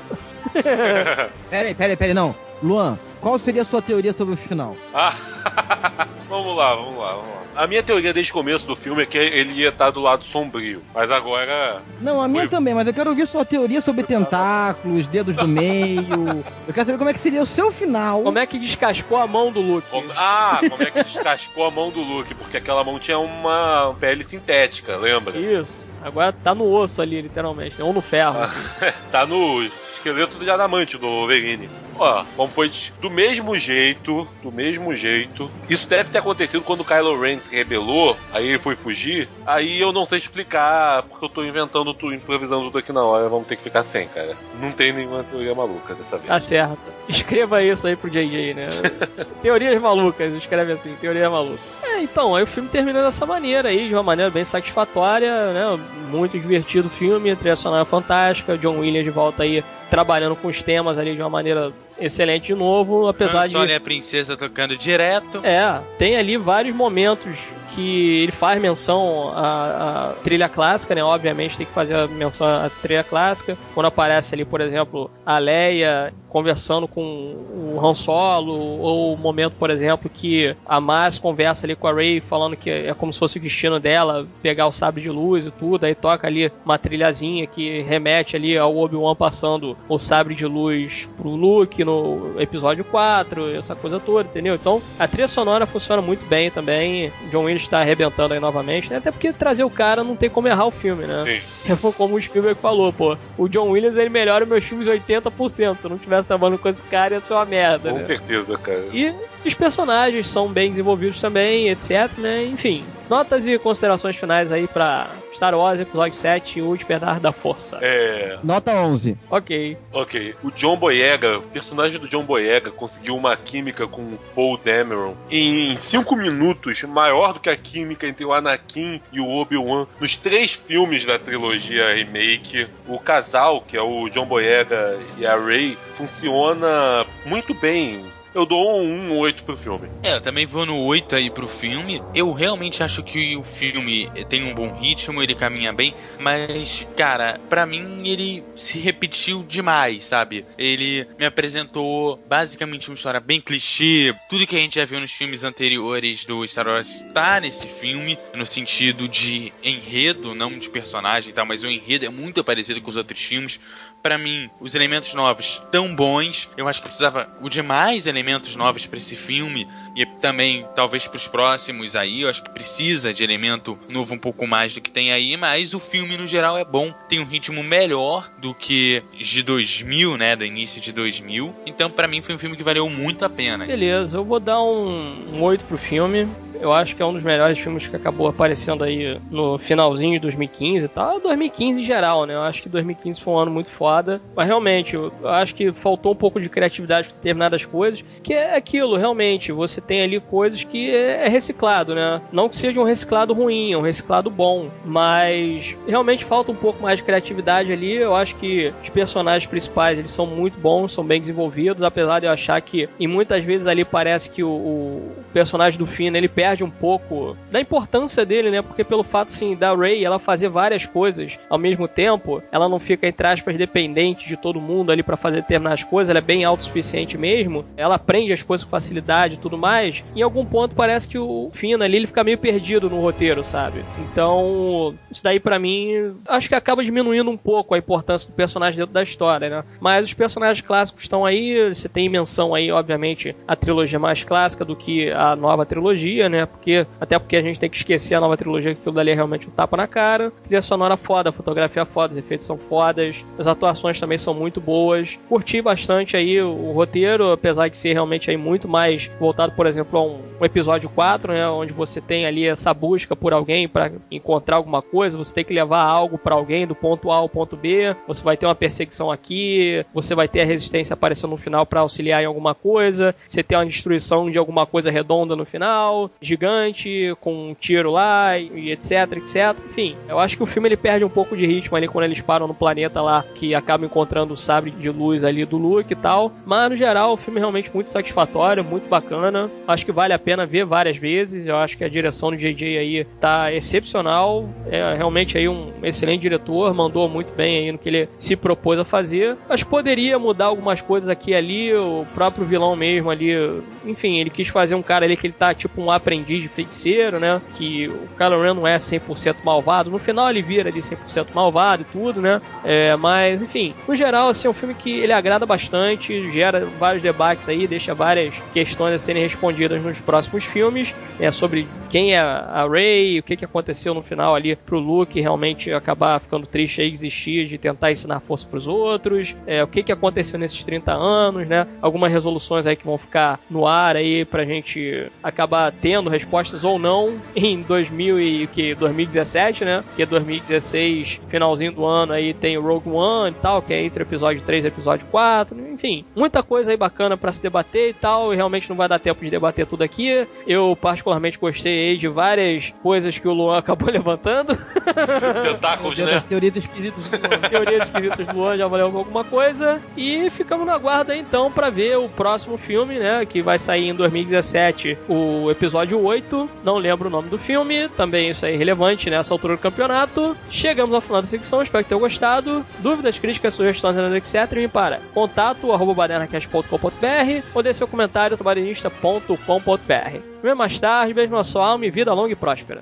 E: Peraí, não. Luan, qual seria a sua teoria sobre o final?
C: Vamos lá. A minha teoria desde o começo do filme é que ele ia estar do lado sombrio, mas agora...
E: Não, a minha também, mas eu quero ouvir sua teoria sobre tentáculos, dedos do meio. Eu quero saber como é que seria o seu final.
A: Como é que descascou a mão do Luke?
C: Como é que descascou a mão do Luke, porque aquela mão tinha uma pele sintética, lembra?
A: Isso. Agora tá no osso ali, literalmente, ou no ferro.
C: Tá no esqueleto de adamante do Wolverine. Ó, como foi do mesmo jeito, isso deve ter acontecido quando o Kylo Ren se rebelou, aí ele foi fugir, aí eu não sei explicar, porque eu tô inventando tudo, improvisando tudo aqui na hora, vamos ter que ficar sem, cara. Não tem nenhuma teoria maluca dessa vez.
A: Tá certo. Escreva isso aí pro JJ, né? Teorias malucas, escreve assim, teoria maluca. Então, aí o filme terminou dessa maneira aí, de uma maneira bem satisfatória, né? Muito divertido o filme, trilha sonora fantástica, John Williams de volta aí trabalhando com os temas ali de uma maneira excelente de novo, apesar de...
B: Olha a princesa tocando direto.
A: Tem ali vários momentos que ele faz menção à trilha clássica, né? Obviamente tem que fazer a menção à trilha clássica. Quando aparece ali, por exemplo, a Leia conversando com o Han Solo, ou o momento, por exemplo, que a Maz conversa ali com a Rey, falando que é como se fosse o destino dela pegar o sabre de luz e tudo, aí toca ali uma trilhazinha que remete ali ao Obi-Wan passando o sabre de luz pro Luke no episódio 4, essa coisa toda, entendeu? Então, a trilha sonora funciona muito bem também. John Williams está arrebentando aí novamente, né? Até porque trazer o cara não tem como errar o filme, né? Sim. Como o Spielberg falou, pô, o John Williams, ele melhora meus filmes 80%. Se eu não tivesse trabalhando com esse cara, ia ser uma merda,
C: com
A: né?
C: certeza, cara.
A: E os personagens são bem desenvolvidos também, etc, né? Enfim, notas e considerações finais aí pra Star Wars Episódio 7, O Despertar da Força.
E: Nota 11.
C: Ok. O John Boyega, o personagem do John Boyega conseguiu uma química com o Paul Dameron em 5 minutos, maior do que a química entre o Anakin e o Obi-Wan nos 3 filmes da trilogia remake. O casal, que é o John Boyega e a Rey, funciona muito bem. Eu dou um 8 pro filme.
B: Eu também vou no 8 aí pro filme. Eu realmente acho que o filme tem um bom ritmo, ele caminha bem, mas, cara, pra mim ele se repetiu demais, sabe? Ele me apresentou basicamente uma história bem clichê. Tudo que a gente já viu nos filmes anteriores do Star Wars tá nesse filme, no sentido de enredo, não de personagem e tal, mas o enredo é muito parecido com os outros filmes. Pra mim, os elementos novos tão bons. Eu acho que precisava de mais elementos novos pra esse filme. E também, talvez pros próximos aí. Eu acho que precisa de elemento novo um pouco mais do que tem aí. Mas o filme, no geral, é bom. Tem um ritmo melhor do que de 2000, né? Do início de 2000. Então, pra mim, foi um filme que valeu muito a pena.
A: Beleza, eu vou dar um 8 pro filme. Eu acho que é um dos melhores filmes que acabou aparecendo aí no finalzinho de 2015 e tal. 2015 em geral, né? Eu acho que 2015 foi um ano muito foda. Mas realmente, eu acho que faltou um pouco de criatividade para determinadas coisas. Que é aquilo, realmente. Você tem ali coisas que é reciclado, né? Não que seja um reciclado ruim, é um reciclado bom. Mas realmente falta um pouco mais de criatividade ali. Eu acho que os personagens principais, eles são muito bons, são bem desenvolvidos. Apesar de eu achar que, e muitas vezes ali parece que o personagem do Finn, ele perde um pouco da importância dele, né? Porque pelo fato, assim, da Rey, ela fazer várias coisas ao mesmo tempo, ela não fica, entre aspas, dependente de todo mundo ali pra fazer determinadas coisas, ela é bem autossuficiente mesmo, ela aprende as coisas com facilidade e tudo mais. Em algum ponto parece que o Finn ali, ele fica meio perdido no roteiro, sabe? Então, isso daí pra mim, acho que acaba diminuindo um pouco a importância do personagem dentro da história, né? Mas os personagens clássicos estão aí, você tem menção aí, obviamente, a trilogia mais clássica do que a nova trilogia, né? Até porque a gente tem que esquecer a nova trilogia, que aquilo dali é realmente um tapa na cara. Trilha sonora foda, fotografia foda, os efeitos são fodas, as atuações também são muito boas. Curti bastante aí o roteiro, apesar de ser realmente aí muito mais voltado, por exemplo, a um episódio 4, né? Onde você tem ali essa busca por alguém para encontrar alguma coisa, você tem que levar algo para alguém do ponto A ao ponto B, você vai ter uma perseguição aqui, você vai ter a resistência aparecendo no final para auxiliar em alguma coisa, você tem uma destruição de alguma coisa redonda no final, gigante, com um tiro lá, e etc, etc. Enfim, eu acho que o filme ele perde um pouco de ritmo ali quando eles param no planeta lá, que acaba encontrando o sabre de luz ali do Luke e tal. Mas, no geral, o filme é realmente muito satisfatório, muito bacana. Acho que vale a pena ver várias vezes. Eu acho que a direção do JJ aí tá excepcional. É realmente aí um excelente diretor, mandou muito bem aí no que ele se propôs a fazer. Mas poderia mudar algumas coisas aqui e ali, o próprio vilão mesmo ali, enfim, ele quis fazer um cara ali que ele tá tipo um aprendiz aprendiz de feiticeiro, né? Que o Kylo Ren não é 100% malvado. No final ele vira ali 100% malvado e tudo, né? Mas, enfim, no geral, assim, é um filme que ele agrada bastante, gera vários debates aí, deixa várias questões a serem respondidas nos próximos filmes, sobre quem é a Rey, o que aconteceu no final ali pro Luke realmente acabar ficando triste aí, existir, de tentar ensinar força pros outros, o que aconteceu nesses 30 anos, né? Algumas resoluções aí que vão ficar no ar aí pra gente acabar tendo respostas ou não em 2017, né? Porque 2016, finalzinho do ano aí tem o Rogue One e tal, que é entre o episódio 3 e o episódio 4, enfim, muita coisa aí bacana pra se debater e tal, e realmente não vai dar tempo de debater tudo aqui. Eu particularmente gostei aí de várias coisas que o Luan acabou levantando.
C: Tentáculos, né?
E: As teorias esquisitas do Luan.
A: Teorias esquisitas do Luan já valeu alguma coisa. E ficamos no aguardo aí, então, pra ver o próximo filme, né? Que vai sair em 2017, o episódio 8. Não lembro o nome do filme. Também isso é irrelevante nessa altura do campeonato. Chegamos ao final da secção. Espero que tenham gostado. Dúvidas, críticas, sugestões, etc. Me para contato@badernacast.com.br ou deixe seu comentário no badernista.com.br. Vê mais tarde. Beijo na sua alma e vida longa e próspera.